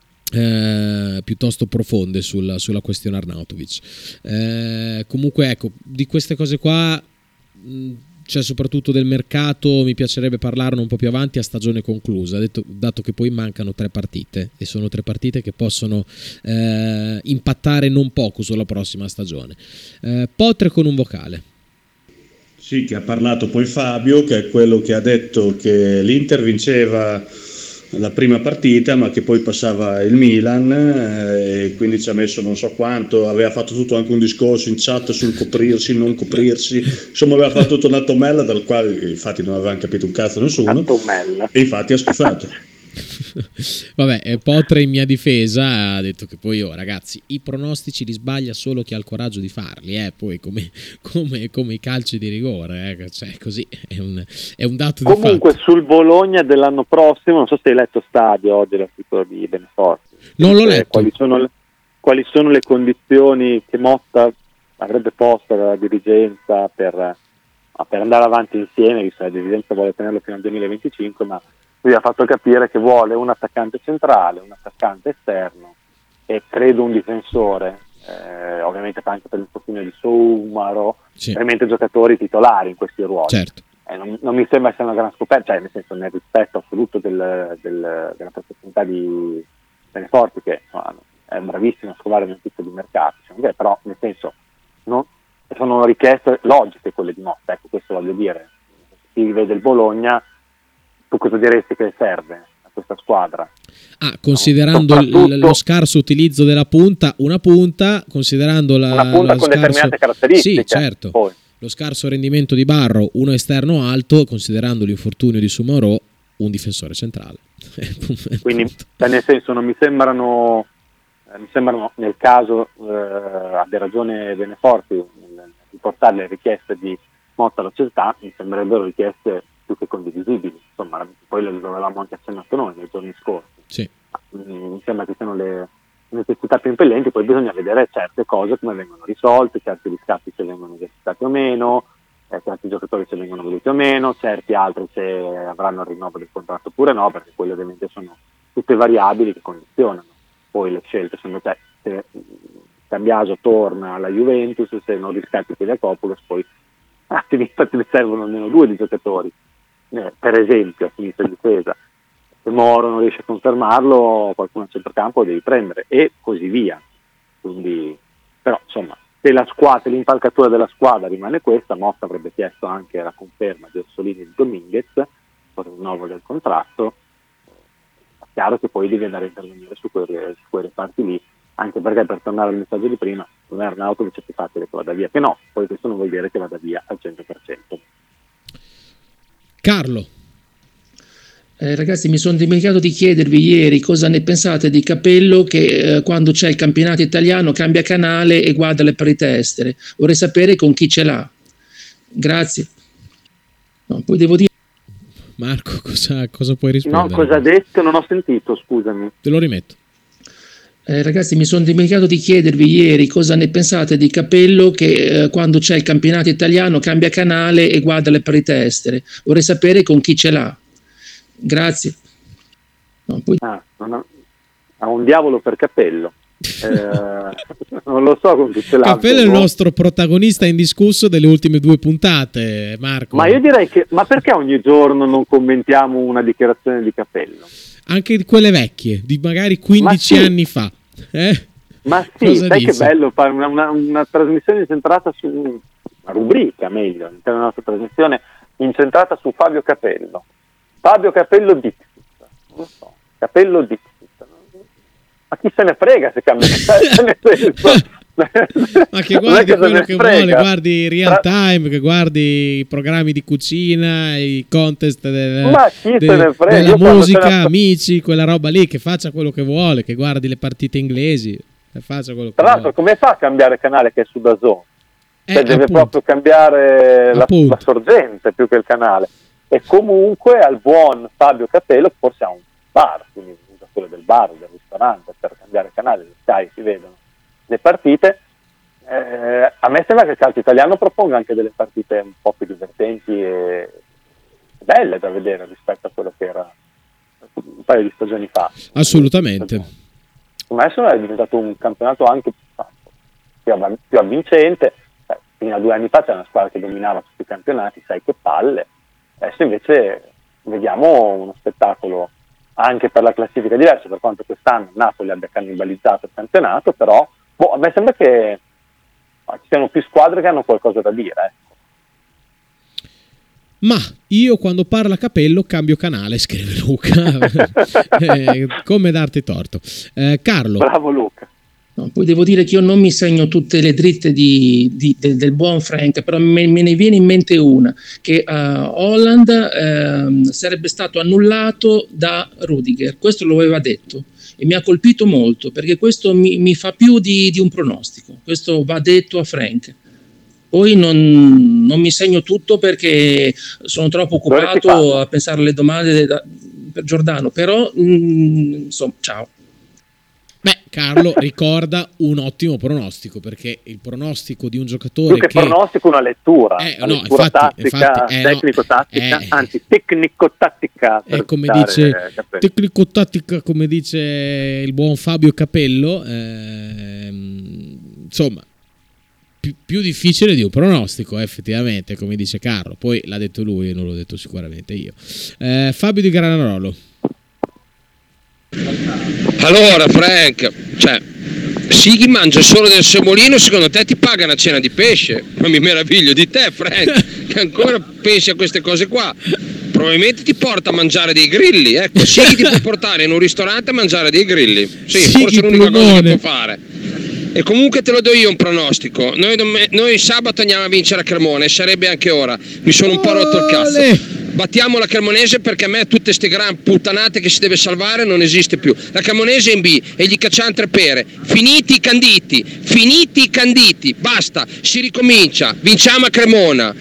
Eh, piuttosto profonde sulla, sulla questione Arnautovic. Eh, comunque ecco, di queste cose qua mh, c'è soprattutto del mercato, mi piacerebbe parlarne un po' più avanti a stagione conclusa, detto, dato che poi mancano tre partite e sono tre partite che possono eh, impattare non poco sulla prossima stagione. eh, Potre con un vocale. Sì, che ha parlato poi Fabio, che è quello che ha detto che l'Inter vinceva la prima partita ma che poi passava il Milan, eh, e quindi ci ha messo non so quanto, aveva fatto tutto anche un discorso in chat sul coprirsi, non coprirsi, insomma aveva fatto tutto una tomella dal quale infatti non avevano capito un cazzo nessuno e infatti ha schifato. Vabbè, Potre in mia difesa ha detto che poi, oh, ragazzi, i pronostici li sbaglia solo chi ha il coraggio di farli, eh? Poi come, come, come i calci di rigore, eh? Cioè, così è un, è un dato di fatto. Comunque sul Bologna dell'anno prossimo, non so se hai letto Stadio oggi l'articolo di Beneforti, non l'ho letto. Quali sono le, quali sono le condizioni che Motta avrebbe posto alla dirigenza per, per andare avanti insieme, visto che la dirigenza vuole tenerlo fino al duemilaventicinque, ma lui ha fatto capire che vuole un attaccante centrale, un attaccante esterno e credo un difensore, eh, ovviamente anche per il pochino di Soumaro, sì. Veramente giocatori titolari in questi ruoli. Certo. Eh, non, non mi sembra sia una gran scoperta, cioè nel senso nel rispetto assoluto del, del, della professionalità di Beneforti, che insomma, è bravissimo a scovare nel tipo di mercato, cioè, però nel senso non, sono richieste logiche quelle di Motta, ecco, questo voglio dire. Chi vede il Bologna, tu cosa diresti che serve a questa squadra? Ah, considerando no, l- lo scarso utilizzo della punta, una punta, considerando la, una punta lo con scarso, determinate caratteristiche. Sì, certo. Poi. Lo scarso rendimento di Barro, uno esterno alto, considerando l'infortunio di Soumarò, un difensore centrale. Quindi, cioè, nel senso, non mi sembrano, eh, mi sembrano nel caso eh, abbia ragione Beneforti nel, di portare le richieste di Motta alla società, mi sembrerebbero richieste più che condivisibili, insomma, poi lo avevamo anche accennato noi nei giorni scorsi. Sì. Mi sembra che siano le necessità più impellenti, poi bisogna vedere certe cose come vengono risolte, certi riscatti se vengono esercitati o meno, eh, certi giocatori se vengono voluti o meno, certi altri se avranno il rinnovo del contratto oppure no, perché quelle ovviamente sono tutte variabili che condizionano poi le scelte. Secondo te, se Cambiaso torna alla Juventus, se non riscatti Piliakopoulos, poi ah, ti, ti ne servono almeno due di giocatori, eh, per esempio a sinistra difesa. Se Moro non riesce a confermarlo, qualcuno a centrocampo lo devi prendere e così via. Quindi però insomma se la squadra, l'impalcatura della squadra rimane questa, Motta avrebbe chiesto anche la conferma di Orsolini e di Dominguez per il rinnovo del contratto. È chiaro che poi devi andare a intervenire su quei, su quei reparti lì, anche perché, per tornare al messaggio di prima, non è Arnautovic è più facile che vada via che no, poi questo non vuol dire che vada via al cento per cento. Carlo. Eh, ragazzi, mi sono dimenticato di chiedervi ieri cosa ne pensate di Capello che eh, quando c'è il campionato italiano cambia canale e guarda le partite estere. Vorrei sapere con chi ce l'ha. Grazie. No, poi devo dire... Marco, cosa, cosa puoi rispondere? No, cosa ha detto? Non ho sentito, scusami. Te lo rimetto. Eh, ragazzi, mi sono dimenticato di chiedervi ieri cosa ne pensate di Capello che eh, quando c'è il campionato italiano cambia canale e guarda le partite estere. Vorrei sapere con chi ce l'ha. Grazie. No, poi... ah, non ha, ha un diavolo per Capello. Eh, non lo so con chi ce l'ha. Capello è il nostro protagonista indiscusso delle ultime due puntate, Marco. Ma io direi che, ma perché ogni giorno non commentiamo una dichiarazione di Capello? Anche di quelle vecchie, di magari quindici sì. anni fa. Eh? Ma sì, Cosa sai dici? che bello fare una, una, una trasmissione incentrata su una rubrica, meglio, all'interno della nostra trasmissione incentrata su Fabio Capello. Fabio Capello Dixit, non so, Capello Dixit. Ma chi se ne frega se cambia Ma che guardi che quello che frega. vuole, guardi real time, che guardi i programmi di cucina, i contest del, Ma chi de, se ne frega? della Io musica, la... amici, quella roba lì, che faccia quello che vuole, che guardi le partite inglesi, che faccia quello che Tra l'altro, vuole. come fa a cambiare canale che è su DAZN? Eh, Cioè, deve appunto. proprio cambiare la, la sorgente più che il canale. E comunque al buon Fabio Capello, forse ha un bar, quindi usa quello del bar, del ristorante, per cambiare canale, le Sky si vedono le partite. Eh, a me sembra che il calcio italiano proponga anche delle partite un po' più divertenti e belle da vedere rispetto a quello che era un paio di stagioni fa. Assolutamente. Adesso è diventato un campionato anche più, av- più avvincente. Eh, fino a due anni fa c'era una squadra che dominava tutti i campionati, sai che palle. Adesso invece vediamo uno spettacolo anche per la classifica diversa, per quanto quest'anno Napoli abbia cannibalizzato il campionato, però boh, a me sembra che ci siano più squadre che hanno qualcosa da dire. Eh. Ma io quando parla Capello cambio canale, scrive Luca. eh, come darti torto. Eh, Carlo. Bravo Luca. No, poi devo dire che io non mi segno tutte le dritte di, di, del, del buon Frank, però me, me ne viene in mente una, che uh, Holland uh, sarebbe stato annullato da Rudiger. Questo lo aveva detto e mi ha colpito molto, perché questo mi, mi fa più di, di un pronostico. Questo va detto a Frank. Poi non, non mi segno tutto perché sono troppo occupato a pensare alle domande da, per Giordano, però mh, insomma, ciao. Beh, Carlo ricorda un ottimo pronostico, perché il pronostico di un giocatore più che, che pronostico una lettura, eh, una no, lettura infatti, tattica, infatti, eh, tecnico-tattica, no, eh, anzi tecnico-tattica, è come dice tecnico-tattica, come dice il buon Fabio Capello, ehm, insomma più, più difficile di un pronostico, effettivamente, come dice Carlo. Poi l'ha detto lui e non l'ho detto sicuramente io. eh, Fabio di Granarolo. Allora Frank, cioè Sighi mangia solo del semolino, secondo te ti paga una cena di pesce? Ma mi meraviglio di te Frank, che ancora pensi a queste cose qua. Probabilmente ti porta a mangiare dei grilli, ecco, Sighi ti può portare in un ristorante a mangiare dei grilli. Sì, Sighi forse è l'unica plumone. cosa che può fare. E comunque te lo do io un pronostico. Noi, noi sabato andiamo a vincere a Cremona e sarebbe anche ora. Mi sono un po' rotto il cazzo. Battiamo la Cremonese, perché a me tutte queste gran puttanate che si deve salvare non esiste più. La Cremonese è in B e gli cacciamo tre pere. Finiti i canditi, finiti i canditi, basta, si ricomincia, vinciamo a Cremona.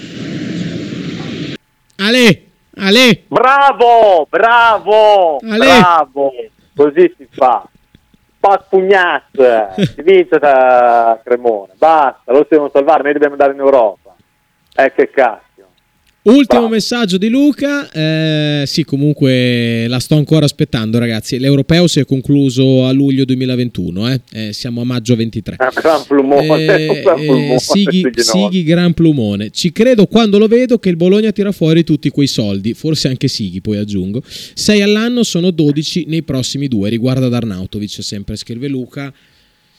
Ale, Ale. Bravo, bravo, Ale. bravo, così si fa. Pugnazza, si vince da Cremona, basta, lo si devono salvare, noi dobbiamo andare in Europa. Eh che cazzo. Ultimo Bravo. messaggio di Luca, eh, sì, comunque la sto ancora aspettando, ragazzi. L'Europeo si è concluso a luglio duemilaventuno, eh? Eh, siamo a maggio ventitré. Ah, gran plumone, eh, gran plumone, eh, Sighi, Sighi gran plumone. Ci credo quando lo vedo che il Bologna tira fuori tutti quei soldi, forse anche Sighi, poi aggiungo. sei all'anno, sono dodici nei prossimi due. Riguardo ad Arnautovic, sempre scrive Luca.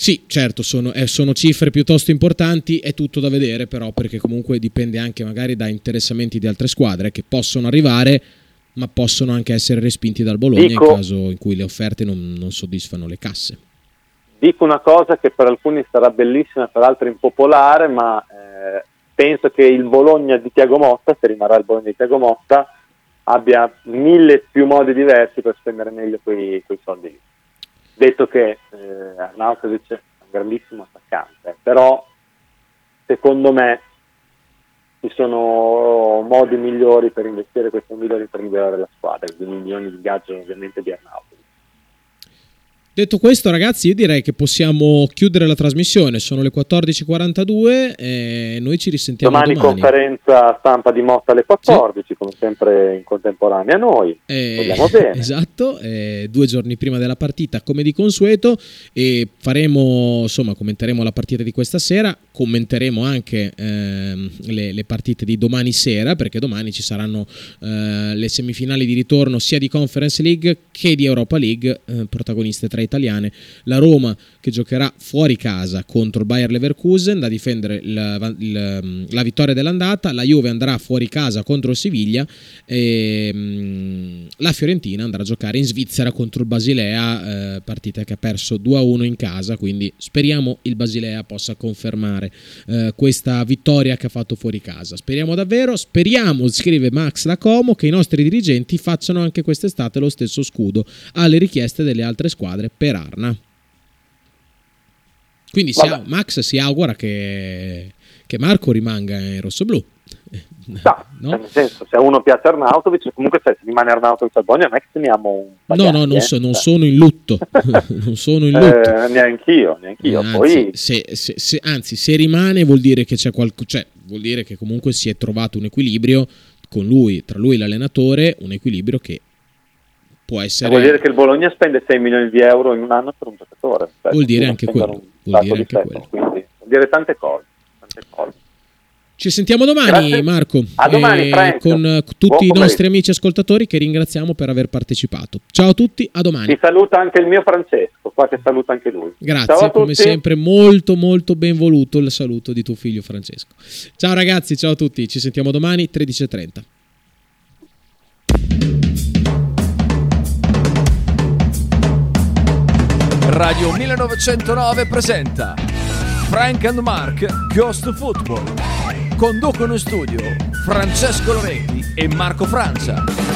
Sì, certo, sono, eh, sono cifre piuttosto importanti, è tutto da vedere però, perché comunque dipende anche magari da interessamenti di altre squadre che possono arrivare, ma possono anche essere respinti dal Bologna Dico, in caso in cui le offerte non, non soddisfano le casse. Dico una cosa che per alcuni sarà bellissima, per altri impopolare, ma eh, penso che il Bologna di Thiago Motta, se rimarrà il Bologna di Thiago Motta, abbia mille più modi diversi per spendere meglio quei, quei soldi lì. Detto che eh, Arnautovic è un grandissimo attaccante, però secondo me ci sono modi migliori per investire questi milioni per migliorare la squadra, i milioni di gaggio ovviamente di Arnautovic. Detto questo, ragazzi, io direi che possiamo chiudere la trasmissione. Sono le quattordici e quarantadue e noi ci risentiamo domani. Domani conferenza stampa di Motta alle quattordici, sì. Come sempre in contemporanea a noi. Eh, Vogliamo bene. Esatto, eh, due giorni prima della partita, come di consueto, e faremo, insomma, commenteremo la partita di questa sera, commenteremo anche ehm, le, le partite di domani sera, perché domani ci saranno eh, le semifinali di ritorno sia di Conference League che di Europa League, eh, protagoniste tra italiane. La Roma che giocherà fuori casa contro il Bayer Leverkusen da difendere la, la, la vittoria dell'andata, la Juve andrà fuori casa contro il Siviglia e mh, la Fiorentina andrà a giocare in Svizzera contro il Basilea, eh, partita che ha perso due a uno in casa, quindi speriamo il Basilea possa confermare eh, questa vittoria che ha fatto fuori casa. Speriamo davvero, speriamo, scrive Max Lacomo, che i nostri dirigenti facciano anche quest'estate lo stesso scudo alle richieste delle altre squadre per Arna. Quindi si ha, Max si augura che, che Marco rimanga in rossoblù. No, no? Nel senso, se a uno piace Arnautovic, comunque se rimane Arnautovic al Bologna, non è che teniamo un no, no, non, so, non sono in lutto. non sono in lutto. Eh, neanch'io, neanch'io. Anzi, Poi... se, se, se, anzi, se rimane vuol dire che c'è qualcosa, cioè vuol dire che comunque si è trovato un equilibrio con lui, tra lui e l'allenatore, un equilibrio che può essere... Vuol dire che il Bologna spende sei milioni di euro in un anno per un giocatore. Cioè, vuol dire anche quello. Vuol dire anche quello. Quindi, vuol dire tante cose, tante cose. Ci sentiamo domani. Grazie. Marco. A domani, eh, con tutti Buon i nostri amici ascoltatori che ringraziamo per aver partecipato. Ciao a tutti, a domani. Ti saluta anche il mio Francesco, qua che saluta anche lui. Grazie, come sempre molto molto ben voluto il saluto di tuo figlio Francesco. Ciao ragazzi, ciao a tutti, ci sentiamo domani tredici e trenta. Radio millenovecentonove presenta Frank and Mark Ghost Football. Conducono in studio Francesco Loretti e Marco Francia.